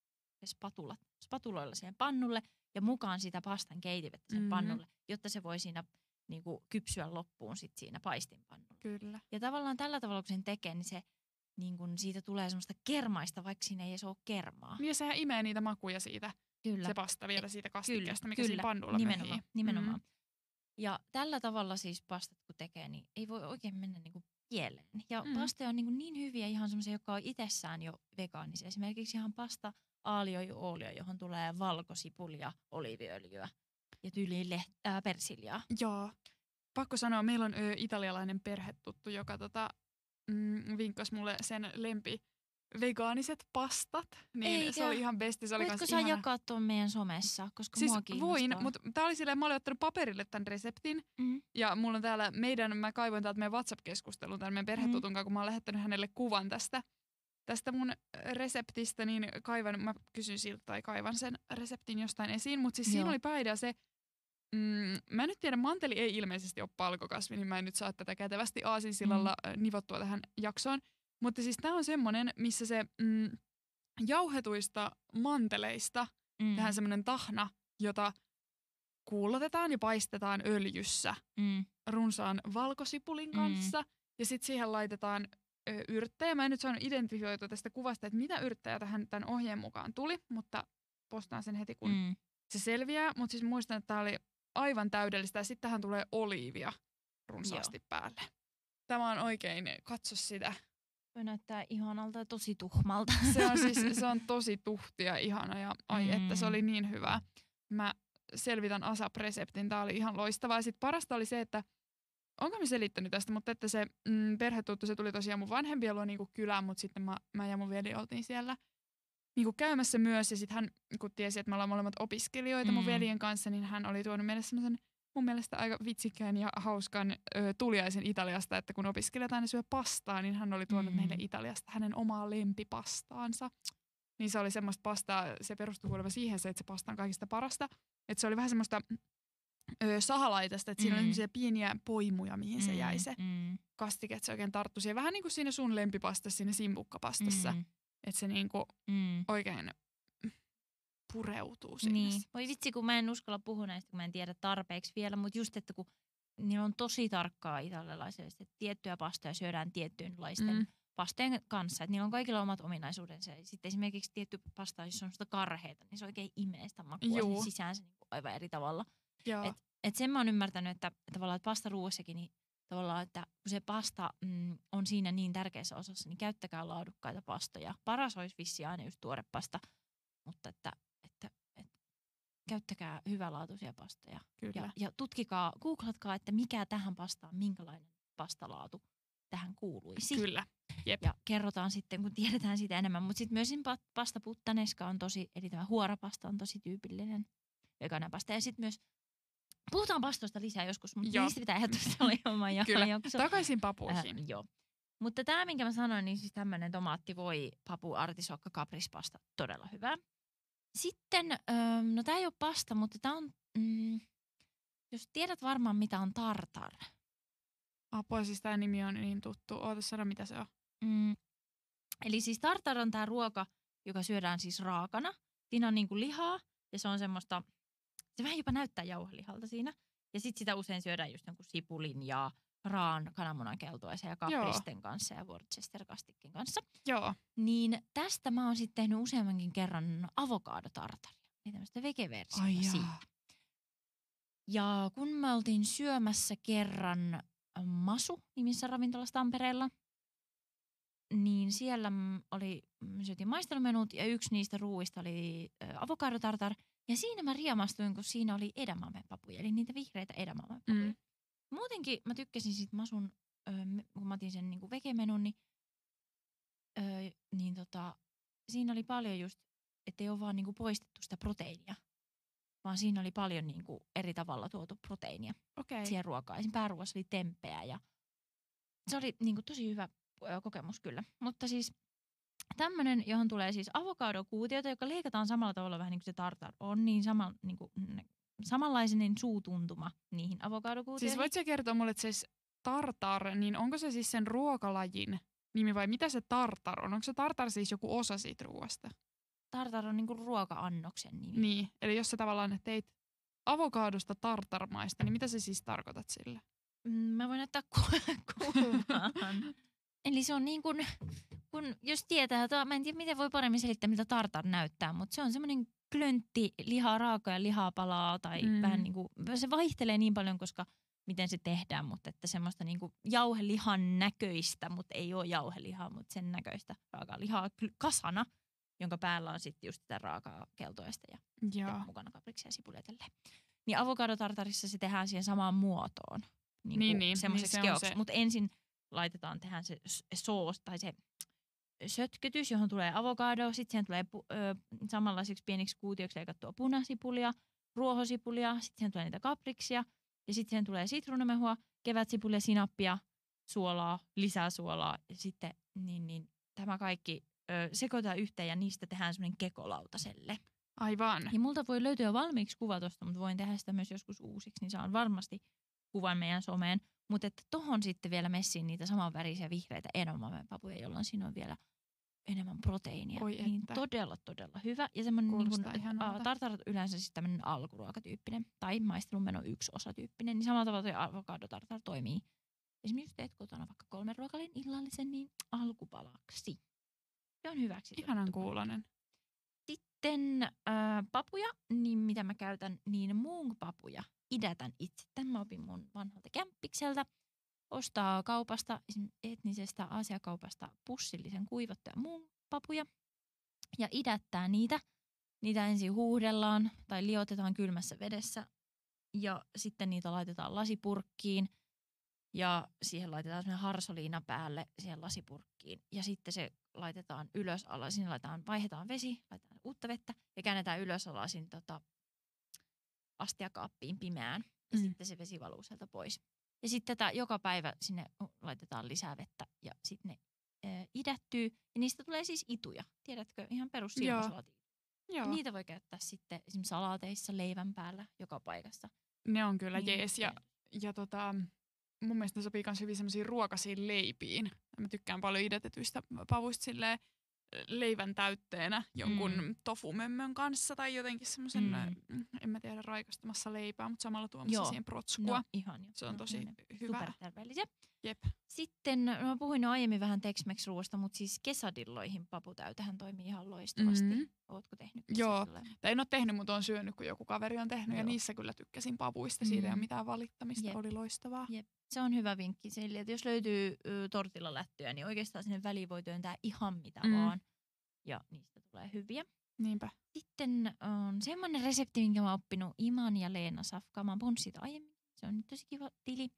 Speaker 1: spatuloilla siihen pannulle. Ja mukaan sitä pastan keitivettä sen pannulle, jotta se voi siinä niinku kypsyä loppuun sit siinä paistinpannulla.
Speaker 2: Kyllä.
Speaker 1: Ja tavallaan tällä tavalla, kun sen tekee, niin se niin kun siitä tulee semmoista kermaista, vaikka siinä ei edes ole kermaa.
Speaker 2: Ja sehän imee niitä makuja siitä, se pasta vielä siitä kastikkeesta, mikä siinä pannulla
Speaker 1: nimenomaan. Ja tällä tavalla siis pastat kun tekee, niin ei voi oikein mennä niinku pieleen. Ja pastoja on niin hyviä ihan semmoisia, jotka on itsessään jo vegaanisia. Esimerkiksi ihan pasta aglio, johon tulee valkosipulia, oliiviöljyä ja tyyliin persiljaa.
Speaker 2: Joo. Pakko sanoa, meillä on italialainen perhetuttu, joka vinkkasi mulle sen vegaaniset pastat, niin
Speaker 1: Eikä.
Speaker 2: se oli ihan besti.
Speaker 1: Voitko sä jakaa tuon meidän somessa, koska
Speaker 2: siis
Speaker 1: mua kiinnostaa?
Speaker 2: voin, mutta tää oli silleen, mä olin ottanut paperille tämän reseptin, ja mulla on täällä mä kaivoin täältä meidän WhatsApp-keskustelun tämän meidän perhetutun kanssa, kun mä oon lähettänyt hänelle kuvan tästä mun reseptistä, niin mä kysyn siltä tai kaivan sen reseptin jostain esiin, mutta siis siinä oli pääidea se, mä en nyt tiedä, manteli ei ilmeisesti ole palkokasvi, niin mä en nyt saa tätä kätevästi aasinsillalla nivottua tähän jaksoon. Mutta siis tää on semmonen, missä se jauhetuista manteleista tehdään semmonen tahna, jota kuulotetaan ja paistetaan öljyssä runsaan valkosipulin kanssa. Ja sit siihen laitetaan yrttejä. Mä en nyt saanut identifioitua tästä kuvasta, että mitä yrttejä tämän ohjeen mukaan tuli, mutta postaan sen heti, kun se selviää. Mutta siis muistan, että tää oli aivan täydellistä ja sitten tähän tulee oliivia runsaasti päälle. Tämä on oikein, katso sitä.
Speaker 1: Se näyttää ihanalta ja tosi tuhmalta.
Speaker 2: Se on tosi tuhti ja ihana ja että se oli niin hyvä. Mä selvitän ASAP-reseptin, tää oli ihan loistavaa. Sitten parasta oli se, että onko mä selittänyt tästä, mutta että se perhetuttu, se tuli tosiaan mun vanhempien luo niinku kylään, mutta sitten mä ja mun veli oltiin siellä niinku käymässä myös. Ja sitten hän, kun tiesi, että me ollaan molemmat opiskelijoita mun veljen kanssa, niin hän oli tuonut meille semmoisen mun mielestä aika vitsikkään ja hauskan tuliaisen Italiasta, että kun opiskelijat aina syö pastaa, niin hän oli tuonut meille Italiasta hänen omaa lempipastaansa. Niin se oli semmoista pastaa, se perustui kuulemma siihen se, että se pasta on kaikista parasta. Että se oli vähän semmoista sahalaitasta, että siinä oli semmoisia pieniä poimuja, mihin se jäi se kastike, että se oikein tarttui siihen. Vähän niin kuin siinä sun lempipastassa, siinä simpukkapastassa. Että se niinku oikein pureutuu siinä.
Speaker 1: Niin. Voi vitsi, kun mä en uskalla puhua näistä, kun mä en tiedä tarpeeksi vielä, mutta just, että kun niillä on tosi tarkkaa italialaisille, että tiettyjä pastoja syödään tiettyynlaisten pastojen kanssa, että niillä on kaikilla omat ominaisuudensa. Ja sitten esimerkiksi tietty pasta, jos on sitä karheita, niin se oikein imee sitä makua sisäänsä niin aivan eri tavalla. Et sen mä oon ymmärtänyt, että tavallaan että pastaruuassakin, niin tavallaan, että kun se pasta on siinä niin tärkeässä osassa, niin käyttäkää laadukkaita pastoja. Paras olisi vissiin aina just tuore pasta, mutta että käyttäkää hyvälaatuisia pastoja. Ja tutkikaa, googlatkaa, että mikä tähän pastaan, minkälainen pastalaatu tähän kuuluisi.
Speaker 2: Kyllä. Jep.
Speaker 1: Ja kerrotaan sitten, kun tiedetään sitä enemmän. Mutta sitten myös pasta puttanesca on tosi, eli tämä huorapasta on tosi tyypillinen vegaaninen pasta. Ja sitten myös, puhutaan pastoista lisää joskus, mutta niistä pitää ehdottomasti olla oma jakso.
Speaker 2: Takaisin papuihin.
Speaker 1: Joo. Mutta tämä, minkä mä sanoin, niin siis tämmöinen tomaattivoi, papu, artisokka, kaprispasta, todella hyvä. Sitten, no tää ei ole pasta, mutta tää on, jos tiedät varmaan mitä on tartar.
Speaker 2: Apua, siis tää nimi on niin tuttu. Oota sano, mitä se on.
Speaker 1: Eli siis tartar on tää ruoka, joka syödään siis raakana. Siinä on niinku lihaa ja se on semmoista, se vähän jopa näyttää jauhelihalta siinä. Ja sit sitä usein syödään just jonkun sipulin ja raan kananmunan keltuaisen ja kapristen kanssa ja Worcester-kastikkeen kanssa.
Speaker 2: Joo.
Speaker 1: Niin tästä mä oon sitten tehnyt useammankin kerran avokadotartaria. Eli tämmöistä vegeversiota siitä. Ja kun me oltiin syömässä kerran Masu-nimissä ravintolassa Tampereella, niin siellä syötiin maistelumenut ja yksi niistä ruuista oli avokadotartar. Ja siinä mä riemastuin, kun siinä oli edamamepapuja, eli niitä vihreitä edamamepapuja. Muutenkin mä tykkäsin sit Masun, kun mä otin sen niinku vegemenun, niin siinä oli paljon just, ettei ole vaan niinku poistettu sitä proteiinia, vaan siinä oli paljon niinku eri tavalla tuotu proteiinia siihen ruokaan. Esimerkiksi pääruoassa oli tempeä ja se oli niinku tosi hyvä kokemus kyllä. Mutta siis tämmönen, johon tulee siis avokadokuutiota, joka leikataan samalla tavalla vähän niin kuin se tartar on, niin samanlainen suutuntuma niihin avokadokuutioihin.
Speaker 2: Siis voit sä kertoa mulle, että siis tartar, niin onko se siis sen ruokalajin nimi vai mitä se tartar on? Onko se tartar siis joku osa siitä ruoasta?
Speaker 1: Tartar on niinku ruoka-annoksen nimi.
Speaker 2: Niin, eli jos sä tavallaan teit avokadosta tartarmaista, niin mitä sä siis tarkoitat sillä?
Speaker 1: Mä voin näyttää kuvan. Eli se on niin kuin, kun jos tietää, mä en tiedä miten voi paremmin selittää, miltä tartar näyttää, mutta se on semmoinen klöntti lihaa, raakoja lihapalaa tai vähän niin kuin, se vaihtelee niin paljon, koska miten se tehdään, mutta että semmoista niin kuin jauhelihan näköistä, mutta ei ole jauhelihaa, mutta sen näköistä raakaa lihaa kasana, jonka päällä on sitten just sitä raakaa keltoista ja mukana kapriksia ja sipulia tälleen. Niin avokadotartarissa se tehdään siihen samaan muotoon. Niin semmoiseksi keoksi. Mutta ensin tehdään se soos tai se sötkötys, johon tulee avokado, sitten siihen tulee samanlaisiksi pieniksi kuutioiksi leikattua punasipulia, ruohosipulia, sitten siihen tulee niitä kapriksia ja sitten siihen tulee sitruunamehua, kevätsipulia, sinappia, suolaa, lisää suolaa ja sitten niin tämä kaikki sekoitetaan yhteen ja niistä tehdään semmoinen kekolautaselle.
Speaker 2: Aivan.
Speaker 1: Ja multa voi löytyä valmiiksi kuva tosta, mutta voin tehdä sitä myös joskus uusiksi, niin saan varmasti kuvan meidän someen. Mutta että tohon sitten vielä messiin niitä samanvärisiä vihreitä edamamepapuja, jolloin siinä on vielä enemmän proteiinia.
Speaker 2: Oi
Speaker 1: niin
Speaker 2: että.
Speaker 1: todella hyvä. Ja semmoinen
Speaker 2: Kuulostaa
Speaker 1: tartar yleensä siis tämmöinen alkuruokatyyppinen tai maistelunmenon yksi osatyyppinen. Niin samalla tavalla tuo avokadotartar toimii. Esimerkiksi jos teet kotona vaikka 3 ruokalin illallisen, niin alkupalaksi. Se on hyväksi.
Speaker 2: Ihanan kuulonen.
Speaker 1: Sitten papuja, niin mitä mä käytän, niin mung-papuja idätän itse. Tämän mä opin mun vanhalta kämppikseltä. Ostaa kaupasta, etnisestä Aasiakaupasta pussillisen kuivattuja mung-papuja ja idättää niitä. Niitä ensin huuhdellaan tai liotetaan kylmässä vedessä ja sitten niitä laitetaan lasipurkkiin ja siihen laitetaan semmoinen harsoliina päälle siihen lasipurkkiin ja sitten se laitetaan ylös alas, sinne vaihdetaan vesi, laitetaan uutta vettä ja käännetään ylös alasin astiakaappiin pimeään ja sitten se vesi valuu sieltä pois. Ja sitten tätä joka päivä sinne laitetaan lisää vettä ja sitten ne idättyy ja niistä tulee siis ituja. Tiedätkö, ihan perus silvosalaatit.
Speaker 2: Joo.
Speaker 1: Niitä voi käyttää sitten esimerkiksi salaateissa, leivän päällä, joka paikassa.
Speaker 2: Ne on kyllä
Speaker 1: niin
Speaker 2: jees ja mun mielestä ne sopii myös hyvin semmoisiin ruokaisiin leipiin. Mä tykkään paljon idätetyistä pavuista silleen leivän täytteenä jonkun tofumömmön kanssa tai jotenkin semmoisen, en mä tiedä, raikastamassa leipää, mutta samalla tuomassa siihen protskua.
Speaker 1: No, ihan jo.
Speaker 2: Se on tosi hyvä.
Speaker 1: Superterveellisiä.
Speaker 2: Jep.
Speaker 1: Sitten, mä puhuin jo aiemmin vähän Tex-Mex-ruoasta, mutta siis kesadilloihin paputäytähän toimii ihan loistavasti. Ootko tehnyt kesadilla?
Speaker 2: Joo, tai en ole tehnyt, mutta olen syönyt, kun joku kaveri on tehnyt ja niissä kyllä tykkäsin pavuista. Siitä ei ole mitään valittamista, oli loistavaa.
Speaker 1: Jep. Se on hyvä vinkki sille, että jos löytyy tortillalättyjä, niin oikeastaan sinne väliin voi työntää ihan mitä vaan. Ja niistä tulee hyviä.
Speaker 2: Niinpä.
Speaker 1: Sitten on semmoinen resepti, minkä mä oon oppinut Iman ja Leena Safka. Mä oon puhunut siitä aiemmin. Se on nyt tosi kiva tili.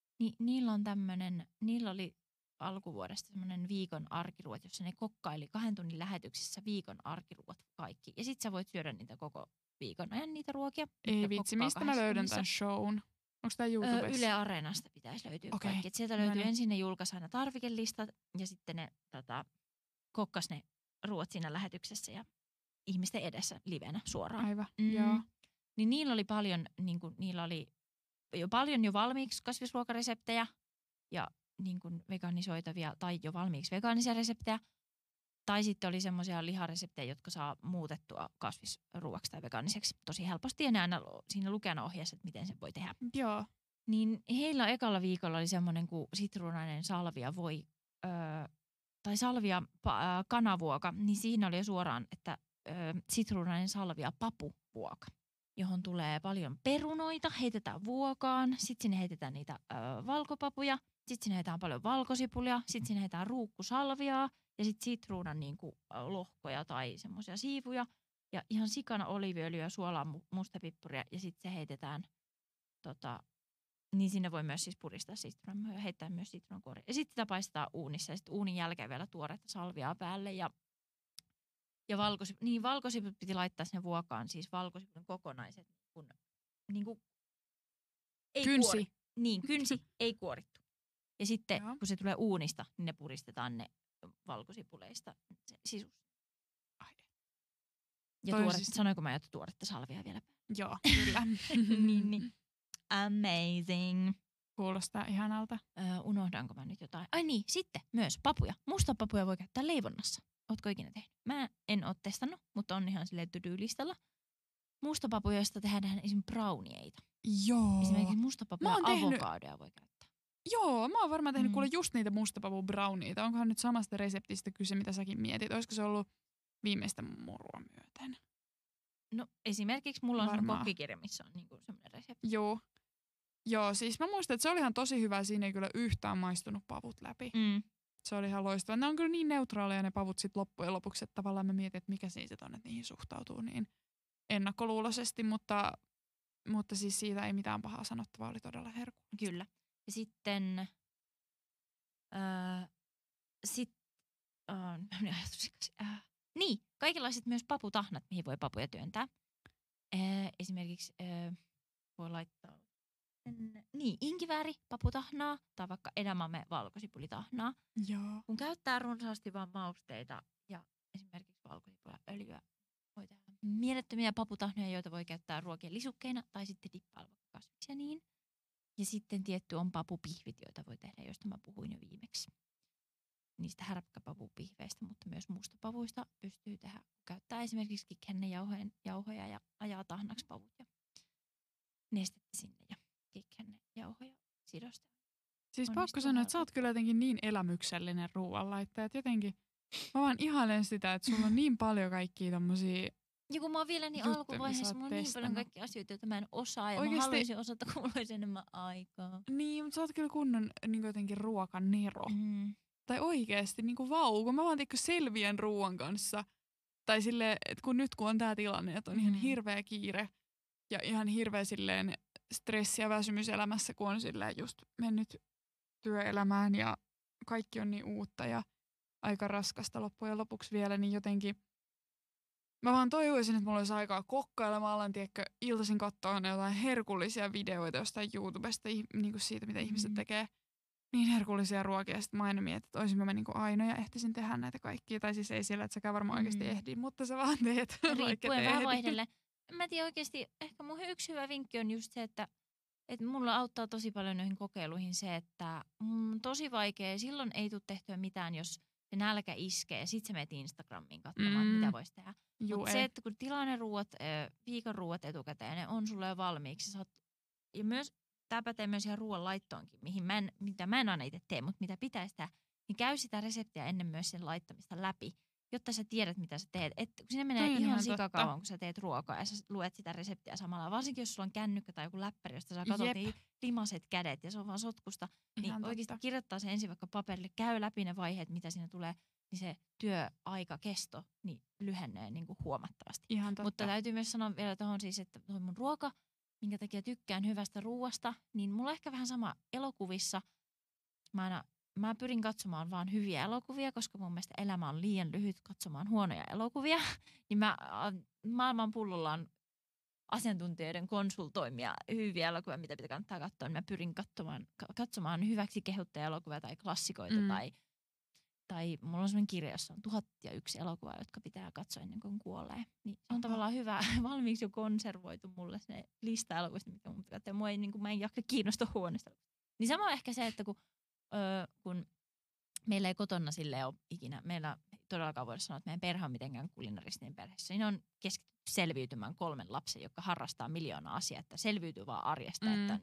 Speaker 1: Niillä oli alkuvuodesta semmoinen viikon arkiruot, jossa ne kokkaili 2 tunnin lähetyksessä viikon arkiruot kaikki. Ja sit sä voit syödä niitä koko viikon ajan niitä ruokia.
Speaker 2: Ei vitsi, mistä mä löydän tämän shown? Onko tää YouTubessa?
Speaker 1: Yle Areenasta pitäisi löytyä kaikki. Et sieltä löytyy ensin ne julkaisi aina tarvikelistat ja sitten ne kokkas ne ruoat siinä lähetyksessä ja ihmisten edessä livenä suoraan.
Speaker 2: Aivan, joo.
Speaker 1: Niin niillä oli paljon, niillä oli jo valmiiksi kasvisruokareseptejä ja niin kuin veganisoitavia tai jo valmiiksi vegaanisia reseptejä. Tai sitten oli semmoisia lihareseptejä, jotka saa muutettua kasvisruoaksi tai vegaaniseksi tosi helposti. Ja ne aina siinä lukijana ohjeessa, että miten se voi tehdä.
Speaker 2: Joo.
Speaker 1: Niin heillä ekalla viikolla oli semmoinen kuin sitruunainen salvia tai salvia kanavuoka. Niin siinä oli jo suoraan, että sitruunainen salvia papuvuoka, johon tulee paljon perunoita, heitetään vuokaan. Sitten sinne heitetään niitä valkopapuja. Sitten sinne heitetään paljon valkosipulia. Sitten sinne heitetään ruukkusalviaa. Ja sitten sitruunan lohkoja tai semmoisia siivuja. Ja ihan sikana oliiviöljyä, suolaa, mustapippuria. Ja sitten se heitetään, niin sinne voi myös siis puristaa sitruunan ja heittää myös sitruunankuoria. Ja sitten sitä paistetaan uunissa ja sitten uunin jälkeen vielä tuoretta salviaa päälle. Ja valkosiput piti laittaa sinne vuokaan, siis valkosipun kokonaiset. Ei
Speaker 2: kynsi.
Speaker 1: Kynsi, ei kuorittu. Ja sitten kun se tulee uunista, niin ne puristetaan ne valkosipuleista sisusta. Ja sanoinko mä, että tuoretta salvia vielä?
Speaker 2: Joo, kyllä.
Speaker 1: niin. Amazing.
Speaker 2: Kuulostaa ihanalta.
Speaker 1: Unohdanko mä nyt jotain? Ai niin, sitten myös papuja. Mustapapuja voi käyttää leivonnassa. Ootko ikinä tehnyt? Mä en oo testannut, mutta on ihan silleen to-do-listalla. Mustapapujoista tehdään esimerkiksi brownieita.
Speaker 2: Joo.
Speaker 1: Esimerkiksi mustapapuja avokadoja voi käyttää.
Speaker 2: Joo, mä oon varmaan tehnyt kuule just niitä mustapapu brownieita. Onkohan nyt samasta reseptistä kyse, mitä säkin mietit? Olisiko se ollut viimeistä murua myöten?
Speaker 1: No esimerkiksi mulla on semmoinen kokkikirja, missä on niinku semmoinen resepti.
Speaker 2: Joo, siis mä muistan, että se oli ihan tosi hyvä. Siinä ei kyllä yhtään maistunut pavut läpi. Se oli ihan loistava. Ne on kyllä niin neutraaleja ne pavut sit loppujen lopuksi, että tavallaan mä mietin, että mikä siinä on, että niihin suhtautuu niin ennakkoluuloisesti, mutta siis siitä ei mitään pahaa sanottavaa, oli todella herkullista.
Speaker 1: Kyllä. Ja sitten Sitten, niin, kaikenlaiset myös paputahnat, mihin voi papuja työntää. Esimerkiksi voi laittaa inkivääri paputahnaa tai vaikka edamame valkosipulitahnaa.
Speaker 2: Joo.
Speaker 1: Kun käyttää runsaasti vaan mausteita ja esimerkiksi valkosipuliöljyä, voi tehdä mielettömiä paputahnoja, joita voi käyttää ruokien lisukkeina tai sitten dippailla kasviksia niin. Ja sitten tietty on papupihvit, joita voi tehdä, joista mä puhuin jo viimeksi. Niistä härpkäpapupihveistä, mutta myös mustapavuista pystyy tehdä. Käyttää esimerkiksi kikhennejauhoja ja ajaa tahnaksi pavut ja nestettä sinne ja kikhennejauhoja sidosta.
Speaker 2: Siis pakko sanoa, että sä oot kyllä jotenkin niin elämyksellinen ruoanlaittaja, että jotenkin mä vaan ihailen sitä, että sulla on niin paljon kaikkia tommosia.
Speaker 1: Ja kun mä oon vielä niin alkuvaiheessa, mulla on niin paljon kaikkia asioita, joita mä en osaa ja oikeasti, mä haluaisin osata, kun mulla olisi enemmän aikaa.
Speaker 2: Niin, mutta sä oot kyllä kunnon niin jotenkin ruokanero. Tai oikeesti, niin kuin kun mä vaan selviän ruoan kanssa. Tai silleen, että kun on tää tilanne, että on ihan hirveä kiire ja ihan hirveä silleen stressi ja väsymys elämässä, kun on silleen just mennyt työelämään ja kaikki on niin uutta ja aika raskasta loppujen lopuksi vielä, niin jotenkin mä vaan toivoisin, että mulla olisi aikaa kokkailla. Mä alan iltaisin katsoa jotain herkullisia videoita jostain YouTubesta niin kuin siitä, mitä ihmiset tekee. Niin herkullisia ruokia. Sitten mä aina mietin, että olisinko mä niinku Aino ja ehtisin tehdä näitä kaikkia. Tai siis ei siellä, että säkään varmaan oikeasti ehdi, mutta sä vaan teet.
Speaker 1: Riippuen vähän vaihdelle. Mä tiedän oikeasti, ehkä mun yksi hyvä vinkki on just se, että mulla auttaa tosi paljon noihin kokeiluihin se, että on tosi vaikea. Silloin ei tule tehtyä mitään, jos se nälkä iskee ja sit sä menet Instagramiin katsomaan, mitä voisi tehdä. Mutta se, että kun tilaa ruuat, viikon ruuat etukäteen, ne on sulle jo valmiiksi. Ja myös tämä pätee myös ihan ruoan laittoonkin, mitä mä en aina itse tee, mutta mitä pitäisi tehdä, niin käy sitä reseptiä ennen myös sen laittamista läpi, jotta sä tiedät, mitä sä teet. Kun sinne menee ihan sikakauan, kun sä teet ruokaa ja sä luet sitä reseptiä samalla. Varsinkin, jos sulla on kännykkä tai joku läppäri, josta sä katsot niin limaset kädet ja se on vaan sotkusta, niin oikeasti kirjoittaa se ensin vaikka paperille, käy läpi ne vaiheet, mitä siinä tulee, niin se työaikakesto niin lyhenee niin kuin huomattavasti. Mutta täytyy myös sanoa vielä tuohon siis, että mun ruoka, minkä takia tykkään hyvästä ruuasta, niin mulla on ehkä vähän sama elokuvissa. Mä pyrin katsomaan vaan hyviä elokuvia, koska mun mielestä elämä on liian lyhyt katsomaan huonoja elokuvia. Niin maailman pullolla on asiantuntijoiden konsultoimia hyviä elokuvia, mitä pitää kannattaa katsoa. Niin mä pyrin katsomaan hyväksi kehuttuja elokuvia tai klassikoita. Tai mulla on sellainen kirja, jossa on 1001 elokuvaa, jotka pitää katsoa ennen kuin kuolee. Niin se on tavallaan hyvä, valmiiksi jo konservoitu mulle se lista elokuvista, mitä mun pitää katsoa. Mä en jaksa kiinnostua huonosta. Niin sama on ehkä se, että kun meillä ei kotona sille ole ikinä, meillä todellakaan voida sanoa, että meidän perhe on mitenkään kulinaristinen perheessä. Niin on keskittynyt selviytymään 3 lapsen, jotka harrastaa miljoonaa asiaa, että selviytyy vaan arjesta. Että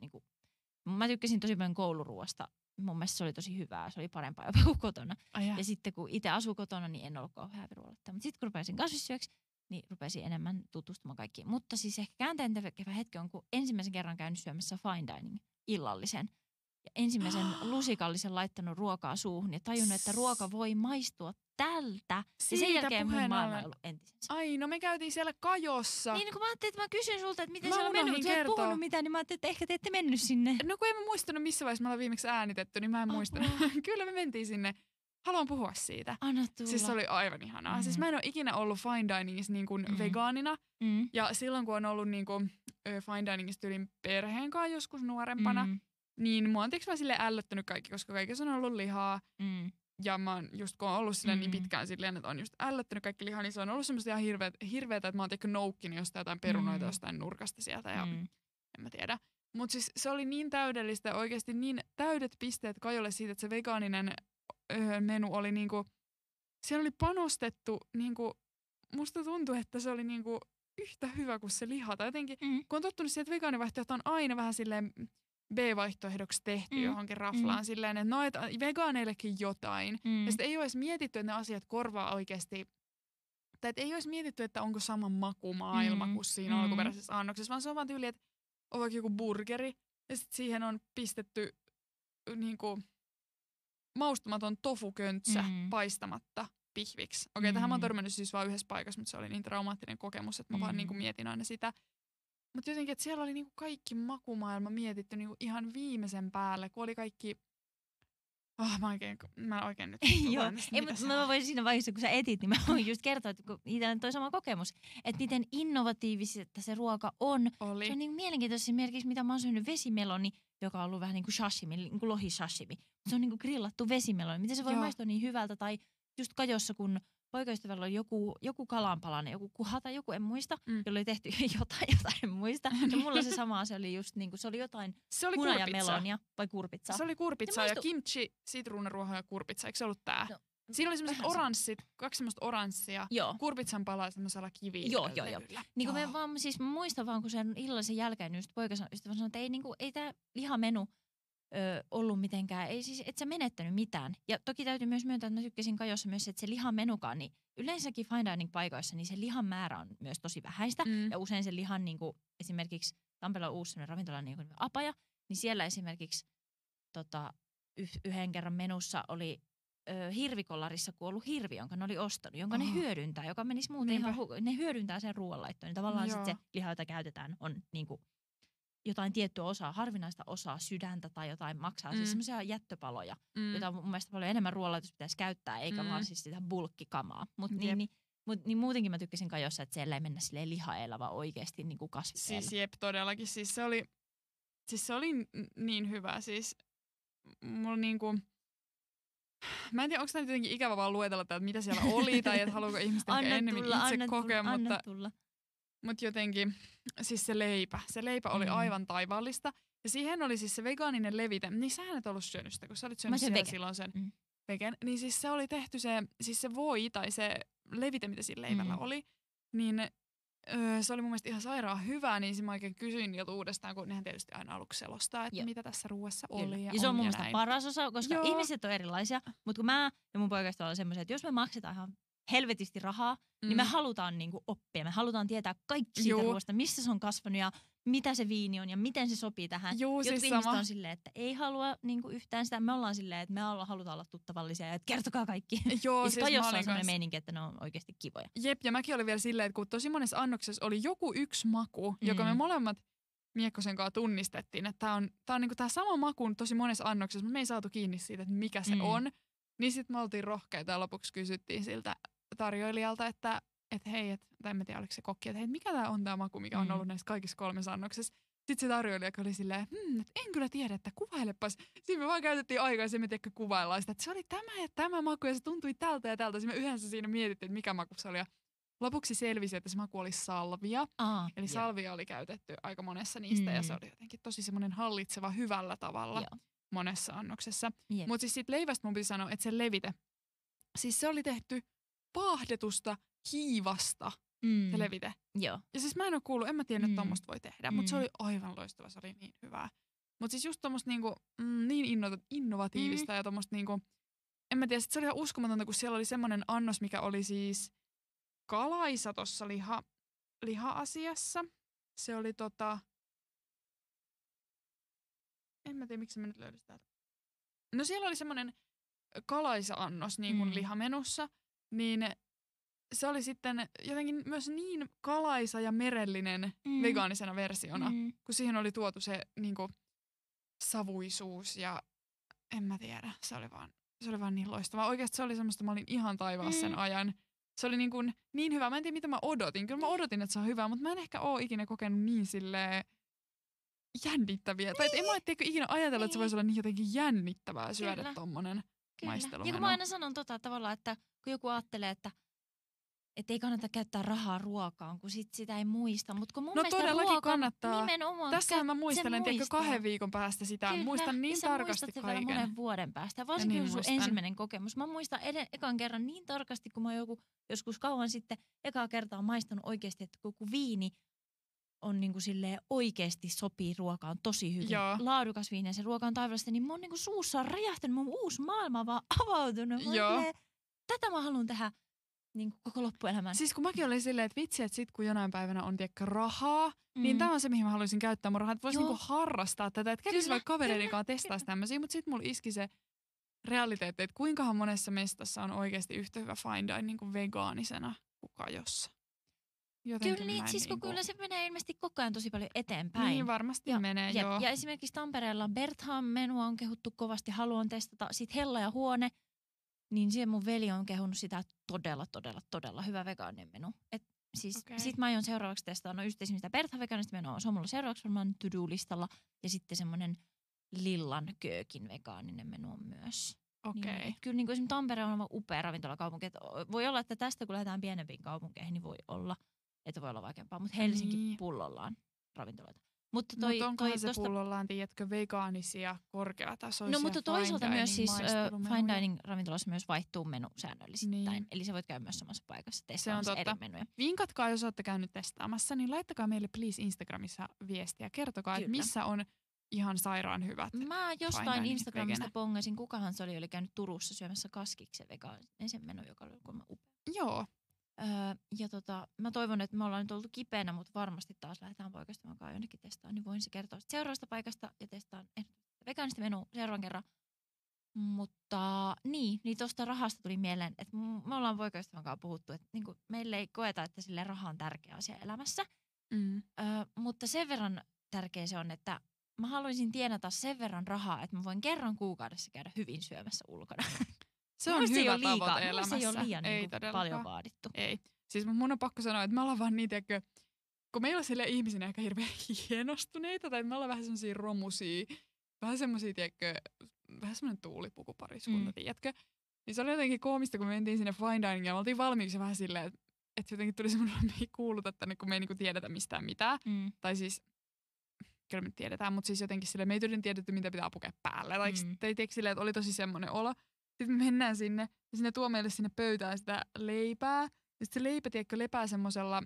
Speaker 1: mä tykkäsin tosi paljon kouluruoasta. Mun mielestä se oli tosi hyvää, se oli parempaa jopa kuin kotona. Ja sitten kun itse asuu kotona, niin en ollut kauhean ruoallatta. Mutta sitten kun rupesin kasvissyöksi, niin rupesin enemmän tutustumaan kaikkiin. Mutta siis ehkä käänteentekevä hetki on, kun ensimmäisen kerran käynyt syömässä fine dining illallisen. Ja ensimmäisen lusikallisen laittanut ruokaa suuhun ja tajunnut, että ruoka voi maistua tältä. Ja sen jälkeen mun maailma on ollut entisensä.
Speaker 2: Ai, no me käytiin siellä Kajossa.
Speaker 1: Niin, kun mä ajattelin, että mä kysyn sulta, että miten siellä on mennyt, mutta sä et puhunut mitään, niin mä ajattelin, että ehkä te ette mennyt sinne.
Speaker 2: No kun en mä muistanut, missä vaiheessa me ollaan viimeksi äänitetty, niin mä en muistanut. Kyllä me mentiin sinne. Haluan puhua siitä.
Speaker 1: Anna tulla.
Speaker 2: Siis se oli aivan ihanaa. Siis mä en ole ikinä ollut fine diningissa niin kuin vegaanina. Ja silloin kun on ollut niin kuin fine diningissa tyylin perheen kanssa joskus nuorempana, niin mua on vaan silleen ällöttänyt kaikki, koska kaikessa on ollut lihaa. Ja mä oon just kun on ollut silleen niin pitkään silleen, että on just ällöttänyt kaikki lihaa, niin se on ollut semmoista ihan hirveetä, että mä oon noukkinut jostain jotain perunoita jostain nurkasta sieltä ja en mä tiedä. Mutta siis se oli niin täydellistä, oikeasti niin täydet pisteet Kajolle siitä, että se vegaaninen menu oli niinku, siellä oli panostettu niinku, musta tuntui, että se oli niinku yhtä hyvä kuin se liha. Tai jotenkin, kun on tottunut siihen, että vegaanivaihtoehto on aina vähän silleen B-vaihtoehdoksi tehty johonkin raflaan silleen, että no, että vegaaneillekin jotain. Ja sitten ei ole edes mietitty, että ne asiat korvaa oikeasti, tai että ei ole edes mietitty, että onko sama makumaailma kuin siinä alkuperäisessä annoksessa, vaan se on vaan tyyli, että on vaikka joku burgeri, ja sitten siihen on pistetty niinku maustamaton tofuköntsä paistamatta pihviksi. Okei, tähän mä oon törmännyt siis vaan yhdessä paikassa, mutta se oli niin traumaattinen kokemus, että mä vaan niinku mietin aina sitä. Mutta jotenkin, että siellä oli niinku kaikki makumaailma mietitty niinku ihan viimeisen päälle, kun oli kaikki Mä oikein nyt
Speaker 1: joo, mutta mä voisin siinä vaiheessa, kun sä etit, niin mä voin just kertoa, että kun niitä on toi sama kokemus, että miten innovatiivista se ruoka on.
Speaker 2: Oli.
Speaker 1: Se on niin mielenkiintoista esimerkiksi, mitä mä oon syönyt vesimeloni, joka on ollut vähän niin kuin sashimi, niin kuin lohi-sashimi. Se on niin kuin grillattu vesimeloni. Miten se voi maistua niin hyvältä? Tai just Kajossa, kun poikaystävällä oli joku kalanpalanen, joku kuhata, joku en muista, jolla oli tehty jotain en muista. Ja mulla se sama asia oli just niin kuin, se oli jotain hunajamelonia vai kurpitsaa.
Speaker 2: Se oli kurpitsaa ja kimchi, sitruunaruoho ja kurpitsa, eikö se ollut tää? No, siinä oli semmoiset kaksi semmoista oranssia, kurpitsan palaa semmoisella
Speaker 1: Joo. Niin kuin me vaan, siis muistan vaan, kun sen illallisen jälkeen just poikaystävä sanoi, että ei tää lihamenu ollut mitenkään, ei siis, et sä menettänyt mitään. Ja toki täytyy myös myöntää, että mä tykkäsin Kajossa myös, että se lihamenukaan, niin yleensäkin fine dining paikoissa, niin se lihan määrä on myös tosi vähäistä. Ja usein se lihan, niin kuin esimerkiksi Tampereella on uusi ravintola, niin kuin Apaja, niin siellä esimerkiksi yhden kerran menussa oli hirvikollarissa kuollut hirvi, jonka ne oli ostanut, jonka ne hyödyntää, joka menisi muuten ihan, ne hyödyntää sen ruoanlaittoon. Niin tavallaan sitten se liha, jota käytetään, on niinku jotain tiettyä osaa, harvinaista osaa, sydäntä tai jotain maksaa. Siis semmoisia jättöpaloja, joita mun mielestä paljon enemmän ruoanlaitossa pitäisi käyttää, eikä vaan siis sitä bulkkikamaa. Mutta niin muutenkin mä tykkäsin Kajossa, että siellä ei mennä silleen lihaeella, vaan oikeasti niinku kasviteella.
Speaker 2: Siis jep, todellakin. Siis se oli niin hyvä. Siis mulla niinku... Mä en tiedä, onko tämä jotenkin ikävä vaan luetella, että mitä siellä oli, tai että haluuko ihmiset enemmän itse kokea, mutta jotenkin, siis se leipä oli aivan taivaallista. Ja siihen oli siis se vegaaninen levite, niin sähän et ollut syönyt sitä, kun sä olit syönyt siellä silloin sen vegan. Niin siis se oli tehty se voi tai se levite, mitä siinä leivällä oli, niin se oli mun mielestä ihan sairaan hyvää, niin mä oikein kysyin niiltä uudestaan, kun nehän tietysti aina aluksi selostaa, että mitä tässä ruuassa oli.
Speaker 1: Ja se on mun mielestä paras osa, koska ihmiset on erilaisia, mutta kun mä ja mun poikasta ollaan semmoisia, että jos me maksetaan ihan helvetisti rahaa, niin me halutaan niinku oppia. Me halutaan tietää kaikki siitä ruoasta, missä se on kasvanut ja mitä se viini on ja miten se sopii tähän. Jotkut siis ihmiset on silleen, että ei halua niinku yhtään sitä. Me ollaan silleen, että me halutaan olla tuttavallisia ja että kertokaa kaikki.
Speaker 2: Joo,
Speaker 1: siis Kajossa on semmoinen meininki, että ne on oikeasti kivoja.
Speaker 2: Jep, ja mäkin olin vielä silleen, että kun tosi monessa annoksessa oli joku yksi maku, joka me molemmat Miekkosen kanssa tunnistettiin, että tää on niinku tää sama maku tosi monessa annoksessa, mutta me ei saatu kiinni siitä, että mikä se on. Niin sitten me oltiin rohkeita ja lopuksi kysyttiin siltä tarjoilijalta, että hei, tai en tiedä oliko se kokki, että hei, mikä tää on tää maku, mikä on ollut näissä kaikissa 3 annoksessa. Sitten se tarjoilija oli silleen, että en kyllä tiedä, että kuvailepas. Siinä me vaan käytettiin aikaa ja se me tiedätkö kuvaillaan sitä, että se oli tämä ja tämä maku ja se tuntui tältä ja tältä. Sitten me yhdessä siinä mietittiin, että mikä maku se oli. Ja lopuksi selvisi, että se maku oli salvia. Eli salvia oli käytetty aika monessa niistä ja se oli jotenkin tosi semmoinen hallitseva hyvällä tavalla monessa annoksessa. Mutta siis siitä leivästä mun piti sanoa, että se levite, siis se oli tehty paahdetusta hiivasta se levite.
Speaker 1: Joo.
Speaker 2: Ja siis mä en ole kuullut, en mä tiedä, että tommoista voi tehdä, mutta se oli aivan loistava, se oli niin hyvää. Mutta siis just tommoista niinku, niin innovatiivista ja tommoista niinku, en mä tiedä, sit se oli ihan uskomatonta, kun siellä oli semmoinen annos, mikä oli siis kalaisa tossa liha-asiassa. Se oli en mä tiedä, miksi mä nyt löydän täältä. No siellä oli semmoinen kalaisa-annos niin kuin lihamenussa, niin se oli sitten jotenkin myös niin kalaisa ja merellinen vegaanisena versiona, kun siihen oli tuotu se niin kuin savuisuus ja en mä tiedä, se oli vaan niin loistavaa. Oikeasti se oli semmoista, mä olin ihan taivaassa sen ajan. Se oli niin hyvä. Mä en tiedä, mitä mä odotin. Kyllä mä odotin, että se on hyvä, mutta mä en ehkä ole ikinä kokenut niin silleen jännittäviä. Tai en mä ikinä ajatella, että se voisi olla niin jotenkin jännittävää syödä tommonen maistelumenu.
Speaker 1: Ja kun mä aina sanon tavallaan, että kun joku ajattelee, että ei kannata käyttää rahaa ruokaan, kun sitä ei muista. Mut kun mun mielestä
Speaker 2: todellakin kannattaa.
Speaker 1: Nimenomaan.
Speaker 2: Tässähän mä muistelen, että 2 viikon päästä sitä.
Speaker 1: Kyllä,
Speaker 2: muistan niin tarkasti kaiken.
Speaker 1: Kyllä, monen vuoden päästä. Varsinkin niin sun ensimmäinen kokemus. Mä muistan ekan kerran niin tarkasti, kun mä joskus kauan sitten ekaa kertaa maistanut oikeasti, että kun viini on niinku silleen oikeasti sopii ruokaan tosi hyvin. Joo. Laadukas viini ja se ruoka on taivallista, niin mun niinku suussa on räjähtänyt, mun uusi maailma on vaan avautunut. Tätä mä haluan tehdä niin koko loppuelämän.
Speaker 2: Siis kun mäkin olin silleen, että vitsi, että sit kun jonain päivänä on rahaa, niin tämä on se, mihin mä haluaisin käyttää mun rahaa. Että vois niinku harrastaa tätä. Että kävisi vaikka kavereiden kanssa testaa tämmöisiä, mutta sit mulla iski se realiteetti, että kuinkahan monessa mestassa on oikeasti yhtä hyvä fine dine niin kuin vegaanisena kuin Kajossa. jotenkin
Speaker 1: Kyllä, niin, siis
Speaker 2: niinku...
Speaker 1: kyllä se menee ilmeisesti koko ajan tosi paljon eteenpäin.
Speaker 2: Niin varmasti menee, joo.
Speaker 1: Ja esimerkiksi Tampereella Bertham-menua on kehuttu kovasti, haluan testata. Sitten Hella ja Huone, niin siihen mun veli on kehunut sitä todella hyvä vegaaninen menu. Siis sit mä aion seuraavaksi testaa, no just esimerkiksi sitä Bertham-vegaanista menoa, se on mulla seuraavaksi varmaan to-do-listalla. Ja sitten semmoinen Lillan köökin vegaaninen menu on myös.
Speaker 2: Okei.
Speaker 1: Niin, kyllä niin esimerkiksi Tampere on aivan upea ravintolakaupunki. Voi olla, että tästä kun lähdetään pienempiin kaupunkeihin, niin voi olla, että voi olla vaikeampaa. Mutta Helsinki pullollaan ravintoloita. Mutta
Speaker 2: onkohan se pullollaan, tiedätkö, vegaanisia, korkeatasoisia
Speaker 1: no mutta toisaalta myös siis fine dining ravintolassa myös vaihtuu menu säännöllisesti.
Speaker 2: Niin.
Speaker 1: Eli sä voit käydä myös samassa paikassa testaamassa eri menuja.
Speaker 2: Vinkatkaa, jos olette käynyt testaamassa, niin laittakaa meille please Instagramissa viestiä. Kertokaa, että missä on ihan sairaan hyvät.
Speaker 1: Mä jostain Instagramista pongasin, kukahan se oli käynyt Turussa syömässä kaskiksen vegaanisen menu, joka oli kolme upea.
Speaker 2: Joo.
Speaker 1: Mä toivon, että me ollaan nyt oltu kipeänä, mutta varmasti taas lähdetään poikastamaan jonnekin testaan, niin voin se kertoa seuraavasta paikasta ja testaan vegaanista menua seuraavan kerran. Mutta niin tuosta rahasta tuli mieleen, että me ollaan poikastavan kanssa puhuttu, että niinku, meille ei koeta, että sille raha on tärkeä asia elämässä. Mutta sen verran tärkeä se on, että mä haluaisin tienata sen verran rahaa, että mä voin kerran kuukaudessa käydä hyvin syömässä ulkona.
Speaker 2: Se on hyvä tavoite elämässä.
Speaker 1: Se ei ole liian paljon vaadittu.
Speaker 2: Ei. Siis mun on pakko sanoa, että me ollaan vaan niitä, kun me ei ole sille ihmisinä ehkä hirveän hienostuneita, tai me ollaan vähän semmosia romusia, vähän semmosia, vähän semmoinen tuulipukupariskunta, tiedätkö? Niin se oli jotenkin koomista, kun me mentiin sinne fine diningiin, ja me oltiin valmiiksi vähän silleen, että jotenkin tuli semmoinen, että me ei kuuluta tänne, kun me ei niinku tiedetä mistään mitään. Tai siis, kyllä me tiedetään, mutta siis jotenkin silleen, me ei todella tiedetty, mitä pitää pukea päälle. Tai tiedätkö silleen, että oli tosi semmoinen olo. Sitten me mennään sinne, ja sinne tuo meille sinne pöytään sitä leipää. Ja sitten se leipä, tiedätkö, lepää semmoisella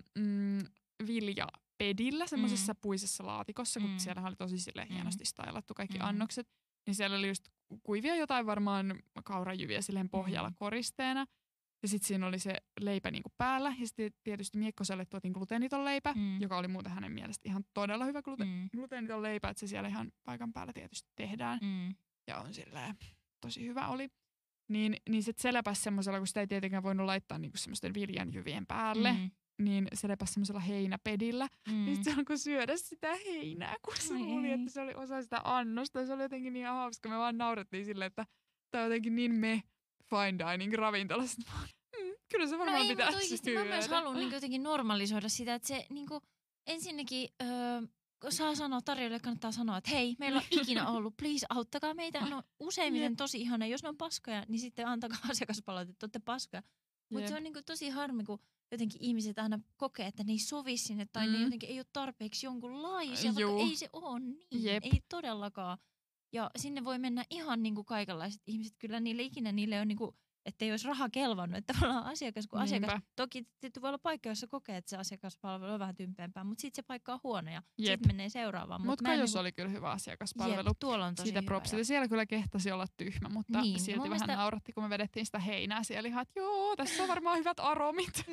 Speaker 2: viljapedillä, semmoisessa puisessa laatikossa, kun siellähän oli tosi silleen hienosti stylattu kaikki annokset. Niin siellä oli just kuivia jotain varmaan kaurajyviä silleen pohjalla koristeena. Ja sitten siinä oli se leipä niinku päällä. Ja sitten tietysti Miekkoselle tuotiin gluteeniton leipä, joka oli muuten hänen mielestä ihan todella hyvä gluteeniton leipä, että se siellä ihan paikan päällä tietysti tehdään. Ja on silleen tosi hyvä oli. Niin sit se lepäsi semmoisella, kun sitä ei tietenkään voinut laittaa niinku semmoisten viljanjyvien päälle, niin se lepäsi semmoisella heinäpedillä. Niin sit se alkoi syödä sitä heinää, kun se luuli, että se oli osa sitä annosta. Ja se oli jotenkin niin hauska. Me vaan naurettiin silleen, että tää on jotenkin niin fine dining ravintolassa. Kyllä se varmaan pitää syödä.
Speaker 1: Mä myös haluan niin jotenkin normalisoida sitä, että se niin ensinnäkin saa sanoa, tarjolle kannattaa sanoa, että hei, meillä on ikinä ollut, please auttakaa meitä. No useimmiten tosi ihana, jos ne on paskoja, niin sitten antakaa asiakaspalautet, että olette paskoja. Mutta se on niin tosi harmi, kun jotenkin ihmiset aina kokee, että ne ei sovi sinne tai ne jotenkin ei ole tarpeeksi jonkunlaisia, vaikka ei se ole niin, ei todellakaan. Ja sinne voi mennä ihan niin kuin kaikenlaiset ihmiset, kyllä niille on niin kuin, että ei olisi raha kelvannut, että tavallaan asiakas kuin asiakas. Toki sitten voi olla paikka, jossa kokee, että se asiakaspalvelu on vähän tympeämpää, mutta sitten se paikka on huono ja sitten menee seuraavaan.
Speaker 2: Mutta Kajos oli kyllä hyvä asiakaspalvelu.
Speaker 1: Tuolla on tosi
Speaker 2: siitä propsit. Ja siellä kyllä kehtasi olla tyhmä, mutta silti vähän nauratti, kun me vedettiin sitä heinää siellä ihan, että joo, tässä on varmaan hyvät aromit.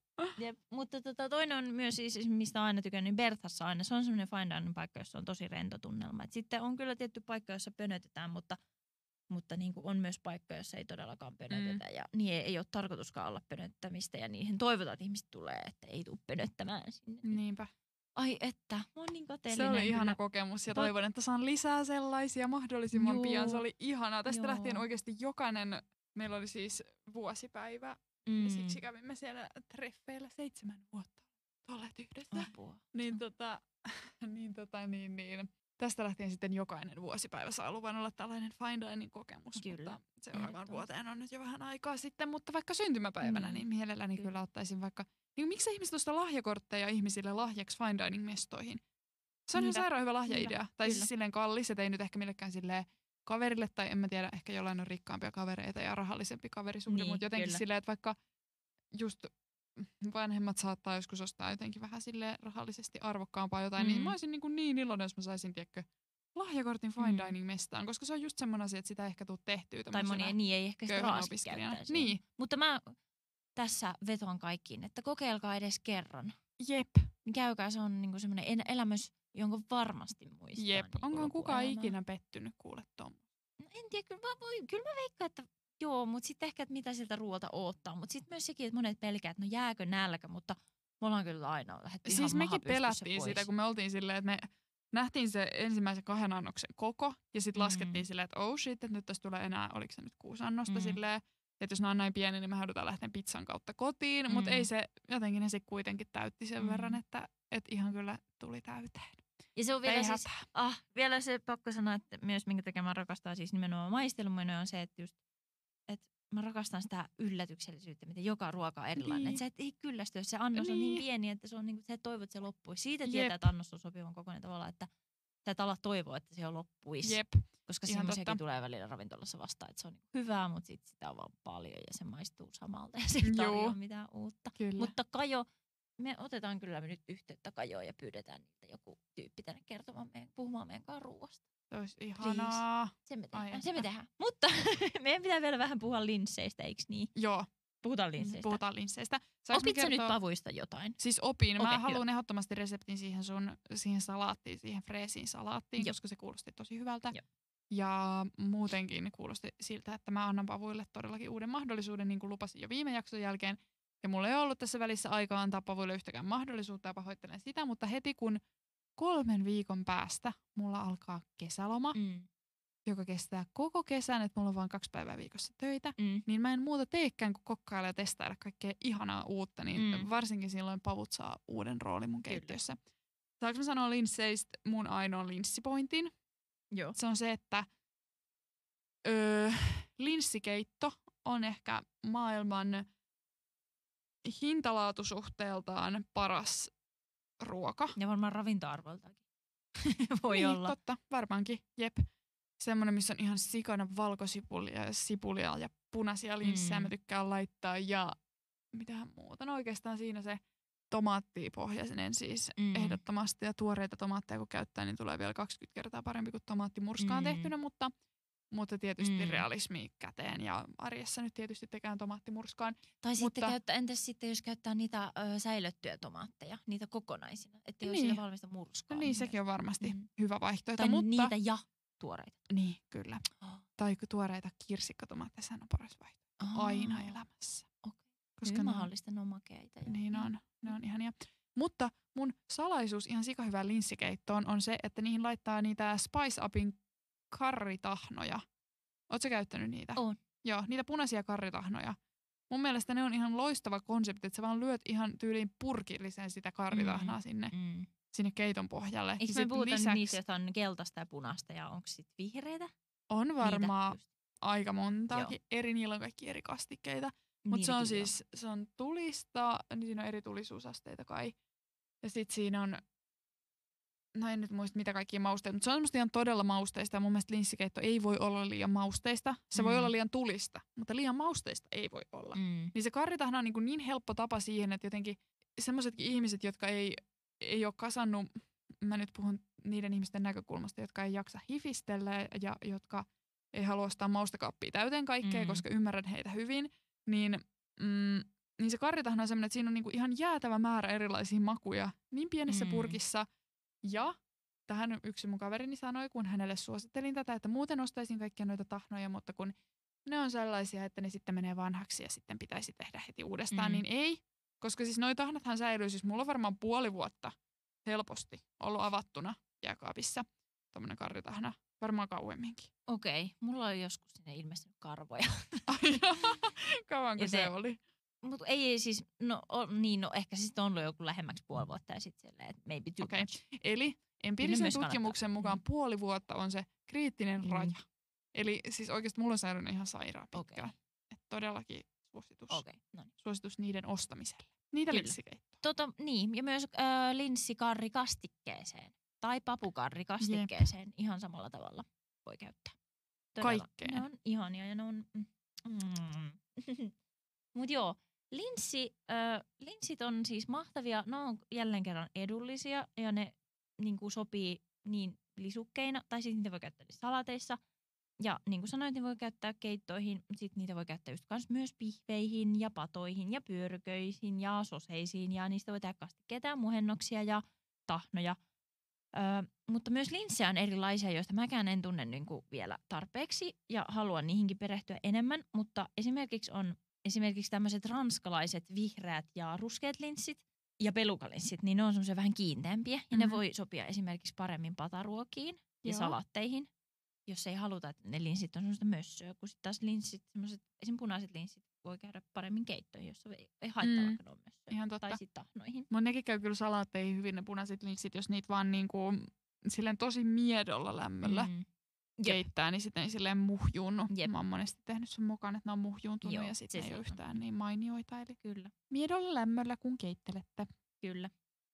Speaker 1: Mutta toinen on myös siis, mistä aina tykännyt, niin Berthassa aina. Se on semmoinen fine dining paikka, jossa on tosi rento tunnelma. Et sitten on kyllä tietty paikka, jossa pönötetään, mutta niin kuin on myös paikka, jossa ei todellakaan pönötetä. Ja niin ei ole tarkoituskaan olla pönöttämistä ja niihin toivotaan, että ihmiset tulee, että ei tule pönöttämään sinne.
Speaker 2: Niinpä.
Speaker 1: Ai että, mä oon niin kateellinen.
Speaker 2: Se oli ihana kokemus ja toivon, että saan lisää sellaisia mahdollisimman pian. Se oli ihanaa. Tästä lähtien oikeasti jokainen, meillä oli siis vuosipäivä ja siksi kävimme siellä treffeillä 7 vuotta. Olleet yhdessä.
Speaker 1: Apua.
Speaker 2: Niin. Tästä lähtien sitten jokainen vuosipäivä saa luvan olla tällainen fine dining kokemus.
Speaker 1: Kyllä.
Speaker 2: Mutta seuraavaan vuoteen on nyt jo vähän aikaa sitten, mutta vaikka syntymäpäivänä, niin mielelläni kyllä ottaisin vaikka, niin miksi ihmiset ostaa lahjakortteja ihmisille lahjaksi fine dining mestoihin? Se on ihan sairaan hyvä lahjaidea. Tai siis silleen kallis, että ei nyt ehkä millekään silleen kaverille, tai en mä tiedä, ehkä jollain on rikkaampia kavereita ja rahallisempi kaverisuhde, mutta jotenkin silleen, että vaikka just vanhemmat saattaa joskus ostaa jotenkin vähän silleen rahallisesti arvokkaampaa jotain, niin mä olisin niin iloinen, jos mä saisin, tiedätkö, lahjakortin fine dining mestaan, koska se on just semmoinen asia, että sitä ei ehkä tule tehtyä.
Speaker 1: Tai moni ei ehkä sitä rahasti käyttäisi.
Speaker 2: Niin.
Speaker 1: Mutta mä tässä vetoan kaikkiin, että kokeilkaa edes kerran.
Speaker 2: Jep.
Speaker 1: Käykää, se on niinku semmoinen elämys, jonka varmasti muistaa.
Speaker 2: Jep. Onko kukaan ikinä pettynyt kuule Tom?
Speaker 1: No en tiedä, kyllä mä veikkaan, että joo, mutta sitten ehkä, että mitä siltä ruoalta oottaa. Mutta sitten myös sekin, että monet pelkää, että no jääkö nälkä, mutta Me ollaan kyllä aina lähdetty
Speaker 2: Siis
Speaker 1: ihan
Speaker 2: mekin pelättiin
Speaker 1: pois.
Speaker 2: sitä, kun me oltiin silleen, että me nähtiin se ensimmäisen 2 annoksen koko, ja sitten laskettiin silleen, että oh shit, että nyt tässä tulee enää, oliko se nyt 6 annosta silleen, että jos nämä on näin pieni, niin me joudutaan lähteä pizzan kautta kotiin, mutta ei se, jotenkin ne sitten kuitenkin täytti sen verran, että ihan kyllä tuli täyteen.
Speaker 1: Ja se on vielä siis, vielä se pakko sanoa, että myös minkä takia mä rakastan siis nimenomaan maistelumenoja on se, että just, että mä rakastan sitä yllätyksellisyyttä, miten joka ruoka on erilainen. Että sä et ei kyllästy, jos se annos on niin pieni, että se on niin kuin, sä et toivo, että se loppuisi. Siitä tietää, että annos on sopivan kokoinen tavalla, että sä et ala toivoa, että se on loppuisi.
Speaker 2: Jep.
Speaker 1: Koska semmoisiakin tulee välillä ravintolassa vastaan, että se on hyvää, mutta sit sitä on vaan paljon ja se maistuu samalta ja se ei tarjoa mitään uutta.
Speaker 2: Kyllä.
Speaker 1: Mutta Kajo, me otetaan kyllä nyt yhteyttä Kajoon ja pyydetään niiltä joku tyyppi tänne puhumaan meidän kanssa ruuasta.
Speaker 2: Se olisi ihanaa.
Speaker 1: Se me tehdään. Mutta meidän pitää vielä vähän puhua linsseistä, eikö niin?
Speaker 2: Joo.
Speaker 1: Puhutaan linsseistä.
Speaker 2: Opit
Speaker 1: sä nyt pavuista jotain?
Speaker 2: Siis opin. Mä haluan ehdottomasti reseptin siihen salaattiin, siihen freesiin salaattiin, koska se kuulosti tosi hyvältä.
Speaker 1: Joo.
Speaker 2: Ja muutenkin kuulosti siltä, että mä annan pavuille todellakin uuden mahdollisuuden, niin kuin lupasin jo viime jakson jälkeen. Ja mulla ei ollut tässä välissä aikaa antaa pavuille yhtäkään mahdollisuutta ja pahoittelen sitä, mutta heti kun 3 viikon päästä mulla alkaa kesäloma, joka kestää koko kesän, että mulla on vaan 2 päivää viikossa töitä, niin mä en muuta teekään kuin kokkailla ja testailla kaikkea ihanaa uutta, niin varsinkin silloin pavut saa uuden roolin mun keittiössä. Saanko mä sanoa linsseistä mun ainoan linssipointin?
Speaker 1: Joo.
Speaker 2: Se on se, että linssikeitto on ehkä maailman hintalaatusuhteeltaan paras ruoka.
Speaker 1: Ja varmaan ravintoarvoltakin. Voi
Speaker 2: niin,
Speaker 1: olla.
Speaker 2: Totta, varmaankin. Jep. Semmoinen, missä on ihan sikana valkosipulia ja sipulia ja punaisia linssejä mä tykkään laittaa. Ja mitähän muuta. No oikeastaan siinä se tomaattipohjainen siis ehdottomasti. Ja tuoreita tomaatteja kun käyttää, niin tulee vielä 20 kertaa parempi kuin tomaattimurskaan tehtynä. Mutta tietysti realismi käteen ja arjessa nyt tietysti tekään tomaattimurskaan.
Speaker 1: Tai sitten entäs sitten, jos käyttää niitä säilöttyjä tomaatteja, niitä kokonaisina, ettei ole siinä valmista murskaa.
Speaker 2: No niin, sekin on varmasti hyvä vaihtoehto.
Speaker 1: Tai niitä ja tuoreita.
Speaker 2: Niin, kyllä. Tai tuoreita kirsikkatomaatteja, sehän on paras vaihtoehto. Aina elämässä.
Speaker 1: Okay. Koska mahdollista, ne on makeita.
Speaker 2: Niin on, ne on ihania. Mutta mun salaisuus ihan sikahyvään linssikeittoon on se, että niihin laittaa niitä Spice Upin karritahnoja. Ootko sä käyttänyt niitä?
Speaker 1: Oon.
Speaker 2: Joo, niitä punaisia karritahnoja. Mun mielestä ne on ihan loistava konsepti, että sä vaan lyöt ihan tyyliin purkillisen sitä karritahnaa sinne keiton pohjalle.
Speaker 1: Eikö me puhuta niistä, jotka on keltaista ja punaista ja onko sitten vihreitä?
Speaker 2: On varmaan aika montaakin. Niillä on kaikki eri kastikkeita. Mutta se on siis, se on tulista, niin siinä on eri tulisuusasteita kai. Ja sitten siinä on, no en nyt muista mitä kaikkia mausteita, mutta se on semmoista ihan todella mausteista. Ja mun mielestä linssikeitto ei voi olla liian mausteista. Se voi olla liian tulista, mutta liian mausteista ei voi olla. Niin se karritahna on niin helppo tapa siihen, että jotenkin semmoisetkin ihmiset, jotka ei ole kasannut, mä nyt puhun niiden ihmisten näkökulmasta, jotka ei jaksa hifistellä ja jotka ei halua ostaa maustekaappia täyteen kaikkea, koska ymmärrän heitä hyvin, niin se karritahna on semmoinen, että siinä on niinku ihan jäätävä määrä erilaisia makuja niin pienessä purkissa. Ja tähän yksi mun kaverini sanoi, kun hänelle suosittelin tätä, että muuten ostaisin kaikkia noita tahnoja, mutta kun ne on sellaisia, että ne sitten menee vanhaksi ja sitten pitäisi tehdä heti uudestaan, niin ei. Koska siis noi tahnathan säilyy, siis mulla on varmaan 5 vuotta helposti ollut avattuna jääkaapissa. Tommonen karritahna, varmaan kauemminkin.
Speaker 1: Okei, mulla on joskus sinne ilmestynyt karvoja.
Speaker 2: Kauanko se oli?
Speaker 1: Mutta ei siis, no ehkä siis on ollut joku lähemmäksi 5 vuotta ja sitten silleen, että maybe too much.
Speaker 2: Eli empiirisen tutkimuksen mukaan 5 vuotta on se kriittinen raja. Eli siis oikeasti mulla on säilynyt ihan sairaan pitkään. Okay. Että todellakin suositus.
Speaker 1: Okay, no niin.
Speaker 2: Suositus niiden ostamiselle. Niitä linssikeittoa.
Speaker 1: Niin, ja myös linssikarrikastikkeeseen tai papukarrikastikkeeseen ihan samalla tavalla voi käyttää. Todella.
Speaker 2: Kaikkeen.
Speaker 1: Ne on ihania ja ne on... Mut joo, linssit on siis mahtavia. Ne on jälleen kerran edullisia ja ne niinku sopii niin lisukkeina tai sitten niitä voi käyttää salateissa. Ja niin kuin sanoin, ne voi käyttää keittoihin, sitten niitä voi käyttää just myös pihveihin ja patoihin ja pyörköihin ja soseisiin ja niistä voi tehdä kastikkeita ja muhennoksia ja tahnoja. Mutta myös linssejä on erilaisia, joista mäkään en tunne niin kuin vielä tarpeeksi ja haluan niihinkin perehtyä enemmän, mutta esimerkiksi on tämmöiset ranskalaiset vihreät ja ruskeat linssit ja pelukalinssit, niin ne on semmoisia vähän kiinteämpiä. Ja ne voi sopia esimerkiksi paremmin pataruokiin ja salatteihin, jos ei haluta, että ne linssit on semmoista mössöä. Kun sitten taas linssit, semmoiset esim. Punaiset linssit voi käydä paremmin keittoihin, jos ei haittaa vaikka ne on mössöä.
Speaker 2: Ihan totta.
Speaker 1: Tai sitten tahnoihin.
Speaker 2: Mutta nekin käy kyllä salaatteihin hyvin ne punaiset linssit, jos niitä vaan niinku silleen tosi miedolla lämmöllä keittää, niin sitten ei silleen muhjuunnu. Mä oon monesti tehnyt sen mukaan, että ne on muhjuuntunut ja sitten ei ole yhtään niin mainioita. Eli
Speaker 1: kyllä.
Speaker 2: Miedolla lämmöllä, kun keittelette.
Speaker 1: Kyllä.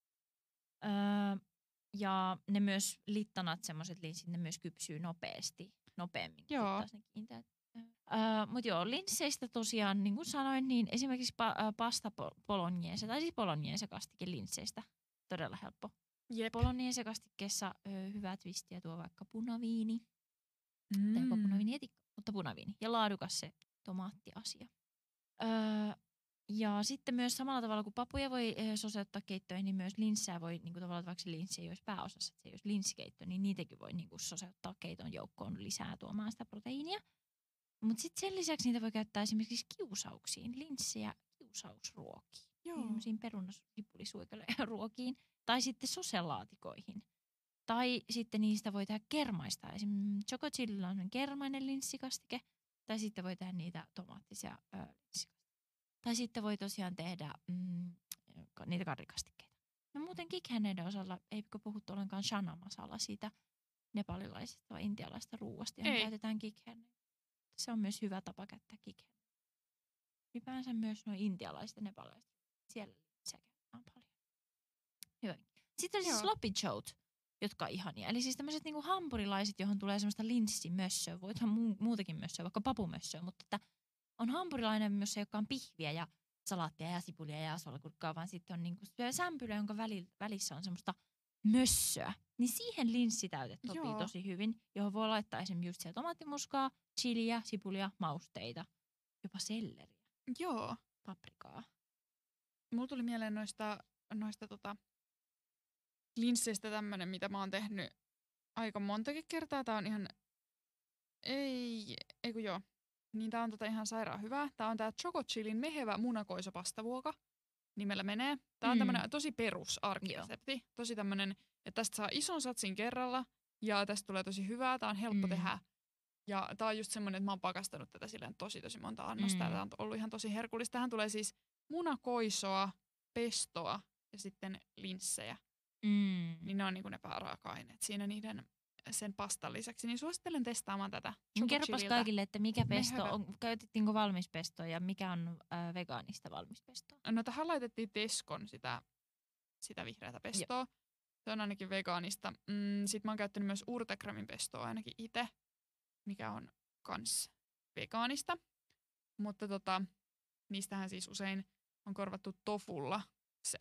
Speaker 1: Ja ne myös littanat, semmoiset linssit, ne myös kypsyy nopeammin.
Speaker 2: Joo.
Speaker 1: Ne kiinteät. Mutta joo, linsseistä tosiaan, niin kuin sanoin, niin esimerkiksi pasta bolognese, tai siis bolognese kastike linsseistä, todella helppo.
Speaker 2: Jep.
Speaker 1: Bolognese kastikkeessa hyvää twistiä tuo vaikka punaviini, tai jopa punaviinietikka, mutta punaviini. Ja laadukas se tomaattiasia. Ja sitten myös samalla tavalla kuin papuja voi soseuttaa keittoihin, niin myös linssää voi, niin kuin tavallaan vaikka se linssi ei olisi pääosassa, että se ei olisi linssikeitto, niin niitäkin voi niin kuin soseuttaa keiton joukkoon lisää tuomaan sitä proteiinia. Mutta sitten sen lisäksi niitä voi käyttää esimerkiksi kiusauksiin, linssejä kiusausruokiin. Sellaisiin perunasipulisuikaleruokiin. Tai sitten soselaatikoihin. Tai sitten niistä voi tehdä kermaista. Esimerkiksi choco chililla on kermainen linssikastike. Tai sitten voi tehdä niitä tomaattisia linssikastikeita. Tai sitten voi tosiaan tehdä niitä karrikastikkeita. No muuten kikhäneiden osalla eikö puhuttu ollenkaan chana masala siitä nepalilaisesta vai intialaisesta ruuasta, johon käytetään kikhäneitä. Se on myös hyvä tapa käyttää kikhäneitä. Ylipäänsä myös nuo intialaiset ja nepalaiset. Siellä se käytetään paljon. Hyvä. Sitten on siis sloppy joet, jotka on ihania. Eli siis tämmöiset niinku hampurilaiset, johon tulee semmoista linssimössöä. Voithan muutakin mössöä, vaikka papumössöä, mutta että on hampurilainen myös, joka on pihviä ja salaattia ja sipulia ja asolakurkkaa, vaan sitten on niinku sämpylä, jonka välissä on semmoista mössöä. Niin siihen linssitäyte sopii tosi hyvin, johon voi laittaa esimerkiksi just siellä tomaattimuskaa, chiliä, sipulia, mausteita, jopa selleriä.
Speaker 2: Joo.
Speaker 1: Paprikaa.
Speaker 2: Mulla tuli mieleen noista linsseistä tämmönen, mitä mä oon tehnyt aika montakin kertaa. Tää on ihan, niin tää on ihan sairaan hyvää. Tää on tää Choco Chilin mehevä munakoisopastavuoka nimellä menee. Tää on tämmönen tosi perus arkiresepti. Tosi tämmönen, että tästä saa ison satsin kerralla ja tästä tulee tosi hyvää. Tää on helppo tehdä. Ja tää on just semmonen, että mä oon pakastanut tätä silleen tosi monta annosta. Tää on ollut ihan tosi herkullista. Tähän tulee siis munakoisoa, pestoa ja sitten linssejä. Niin ne on niinku ne pääraaka-aineet siinä sen pastan lisäksi. Niin suosittelen testaamaan tätä.
Speaker 1: Kerropas kaikille, että mikä pesto on, käytettiinkö valmispestoa ja mikä on vegaanista valmispestoa?
Speaker 2: No tähän laitettiin Tescon sitä vihreätä pestoa. Se on ainakin vegaanista. Sitten mä oon käyttänyt myös Urtekramin pestoa ainakin itse, mikä on kans vegaanista. Mutta niistähän siis usein on korvattu tofulla se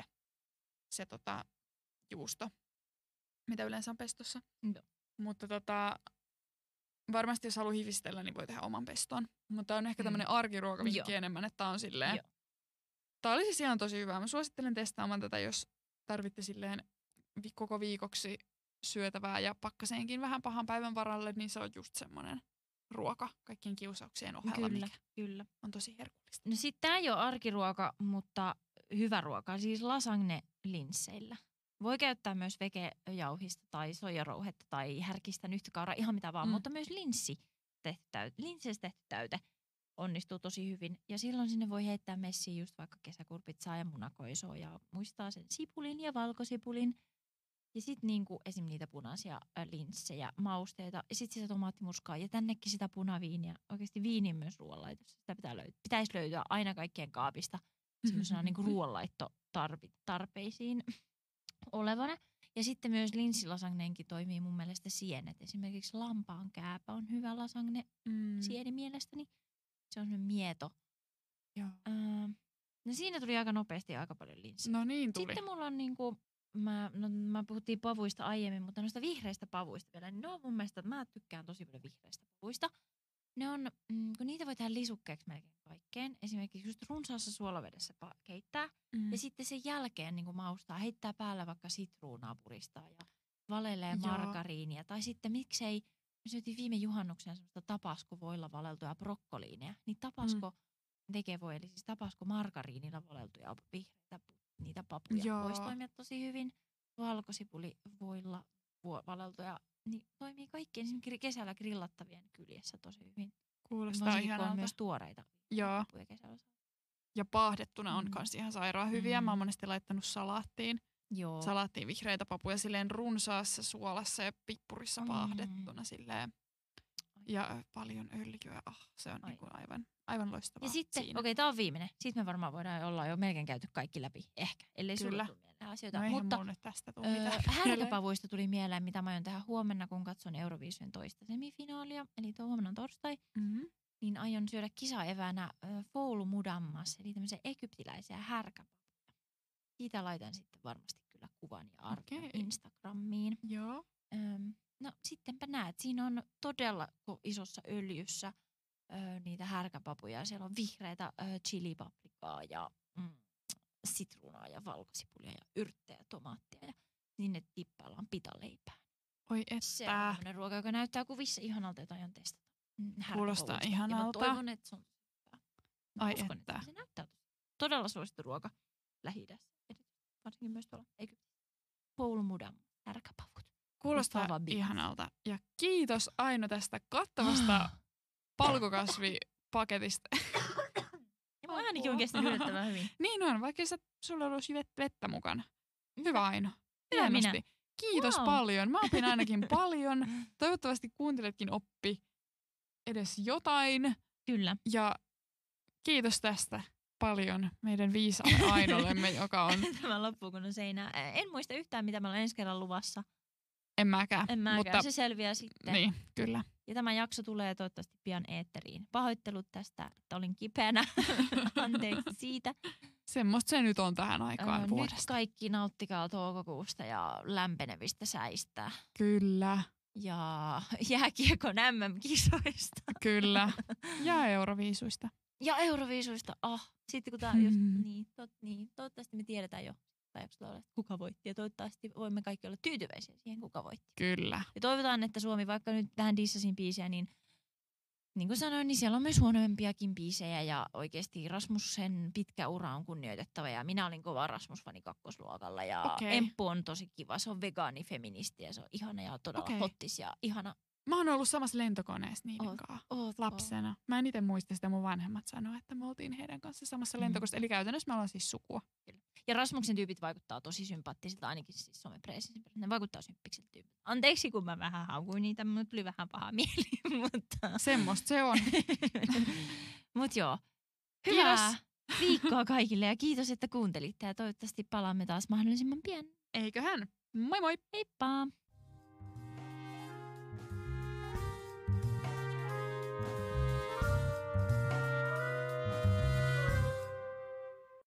Speaker 2: juusto, mitä yleensä on pestossa. Mutta varmasti jos haluaa hifistellä, niin voi tehdä oman peston. Mutta on ehkä tämmönen arkiruokavinkki enemmän, että tää on silleen. Tää oli siis ihan tosi hyvä. Mä suosittelen testaamaan tätä, jos tarvitte silleen koko viikoksi syötävää ja pakkaseenkin vähän pahan päivän varalle, niin se on just semmonen ruoka kaikkien kiusauksien ohella,
Speaker 1: Kyllä.
Speaker 2: On tosi herkullista.
Speaker 1: No sit tää ei ole arkiruoka, mutta hyvä ruoka, siis lasagne linsseillä. Voi käyttää myös vegejauhista tai soijarouhetta tai härkistä nyhtökauraa, ihan mitä vaan, mutta myös linsseistä tehty täyte onnistuu tosi hyvin. Ja silloin sinne voi heittää messiin just vaikka kesäkurpitsaa ja munakoisoa ja muistaa sen sipulin ja valkosipulin. Ja sitten niinku esim. Niitä punaisia linssejä, mausteita ja sitten sitä tomaattimuskaa ja tännekin sitä punaviiniä. Oikeasti viinin myös ruoanlaitossa. Sitä pitäisi löytyä aina kaikkien kaapista semmoisena niinku ruoanlaittotarpeisiin olevana. Ja sitten myös linssilasagneenkin toimii mun mielestä sienet. Esimerkiksi lampaan kääpä on hyvä lasagne sieni mielestäni. Se on semmoinen mieto.
Speaker 2: Joo.
Speaker 1: No siinä tuli aika nopeasti aika paljon linssiä.
Speaker 2: No niin tuli.
Speaker 1: Sitten mulla on niinku, mä puhuttiin pavuista aiemmin, mutta noista vihreistä pavuista vielä. Niin ne on mun mielestä, että mä tykkään tosi paljon vihreistä pavuista. Ne on, kun niitä voi tehdä lisukkeeksi melkein kaikkeen. Esimerkiksi just runsaassa suolavedessä keittää. Ja sitten sen jälkeen niin maustaa, heittää päällä vaikka sitruunaa puristaa ja valelee margariinia. Tai sitten miksei, me syötiin viime juhannuksena semmoista tapaskovoilla valeltuja brokkoliineja. Niin tapasko tekevoi, eli siis tapasko margariinilla valeltuja vihreitä niitä herkkäpapuja voisi toimia tosi hyvin. Valkosipuli voilla valeltuja niin toimii kaikkien kesällä grillattavien kyljessä tosi hyvin.
Speaker 2: Kuulostaa ihanalta.
Speaker 1: On myös tuoreita papuja kesällä.
Speaker 2: Ja paahdettuna on kans ihan sairaan hyviä. Mä oon monesti laittanut salaattiin.
Speaker 1: Joo.
Speaker 2: Salaattiin vihreitä papuja silleen runsaassa suolassa ja pippurissa paahdettuna silleen. Ja paljon öljyä. Se on niinku aivan loistavaa.
Speaker 1: Ja sitten, tää on viimeinen. Sitten me varmaan voidaan olla jo melkein käyty kaikki läpi. Ehkä, ellei sulla tule mieleen asioita.
Speaker 2: No
Speaker 1: mutta
Speaker 2: mun nyt tästä tule mitään.
Speaker 1: härkäpavuista tuli mieleen, mitä mä aion tehdä huomenna, kun katson Euroviisujen toista semifinaalia. Eli huomenna on torstai. Niin aion syödä kisaeväänä foulumudammas, eli tämmöisiä egyptiläisiä härkäpapuja. Siitä laitan sitten varmasti kyllä kuvan ja arvion Instagramiin.
Speaker 2: Joo.
Speaker 1: No sittenpä näet, siinä on todella isossa öljyssä niitä härkäpapuja. Siellä on vihreitä chilipaprikaa ja sitruunaa ja valkosipulia ja yrttejä ja tomaattia. Ja sinne tippaillaan pitaleipää.
Speaker 2: Oi että.
Speaker 1: Se on sellainen ruoka, joka näyttää kuvissa ihanalta, jota aion testata.
Speaker 2: Kuulostaa ihanalta.
Speaker 1: Ja mä toivon, että se on hyvä.
Speaker 2: Ai
Speaker 1: uskon,
Speaker 2: että.
Speaker 1: Se näyttää todella suosittu ruoka Lähi-idässä. Varsinkin myös tuolla Foulumudam härkäpavut.
Speaker 2: Kuulostaa ihanalta. Ja kiitos Aino tästä kattavasta palkokasvipaketista.
Speaker 1: Ja mun äänikin on kestänyt yllättävän hyvin.
Speaker 2: Niin on, vaikka sulla olisi vettä mukana. Hyvä Aino.
Speaker 1: Hyvä minä.
Speaker 2: Kiitos paljon. Mä opin ainakin paljon. Toivottavasti kuuntelijatkin oppi edes jotain.
Speaker 1: Kyllä.
Speaker 2: Ja kiitos tästä paljon meidän viisaalle Ainollemme, joka on...
Speaker 1: Tämä loppuu kun on seinää. En muista yhtään, mitä mä olen ensi kerran luvassa.
Speaker 2: En mäkään.
Speaker 1: Mutta se selviää sitten.
Speaker 2: Niin, kyllä.
Speaker 1: Ja tämä jakso tulee toivottavasti pian eetteriin. Pahoittelut tästä, että olin kipeänä. Anteeksi siitä.
Speaker 2: Semmosta se nyt on tähän aikaan vuodesta.
Speaker 1: Nyt kaikki nauttikaa toukokuusta ja lämpenevistä säistä.
Speaker 2: Kyllä.
Speaker 1: Ja jääkiekon MM-kisoista.
Speaker 2: Kyllä. Ja Euroviisuista.
Speaker 1: Ja Euroviisuista. Sitten kun tää on just niin, toivottavasti me tiedetään jo. Kuka voitti. Ja toivottavasti voimme kaikki olla tyytyväisiä siihen, kuka voitti.
Speaker 2: Kyllä.
Speaker 1: Ja toivotaan, että Suomi, vaikka nyt vähän dissasin biisejä, niin kuin sanoin, niin siellä on myös huonoimpiakin biisejä. Ja oikeasti Rasmussen pitkä ura on kunnioitettava. Ja minä olin kova Rasmus-fani kakkosluokalla. Ja Emppu on tosi kiva. Se on vegaanifeministi ja se on ihana ja todella hottis ja ihana.
Speaker 2: Mä oon ollut samassa lentokoneessa niiden kanssa lapsena. Mä en itse muista sitä, mun vanhemmat sanoi, että me oltiin heidän kanssa samassa lentokoneessa. Eli käytännössä me ollaan siis sukua.
Speaker 1: Ja Rasmuksen tyypit vaikuttaa tosi sympaattisilta, ainakin siis somepreisissä. Ne vaikuttaa symppisiltä tyypiltä. Anteeksi, kun mä vähän haukuin niitä, mutta tuli vähän paha mieli. Mutta...
Speaker 2: Semmosta se on.
Speaker 1: Mut joo. Hyvää viikkoa kaikille ja kiitos, että kuuntelitte. Ja toivottavasti palaamme taas mahdollisimman pian.
Speaker 2: Eiköhän. Moi moi!
Speaker 1: Heippa!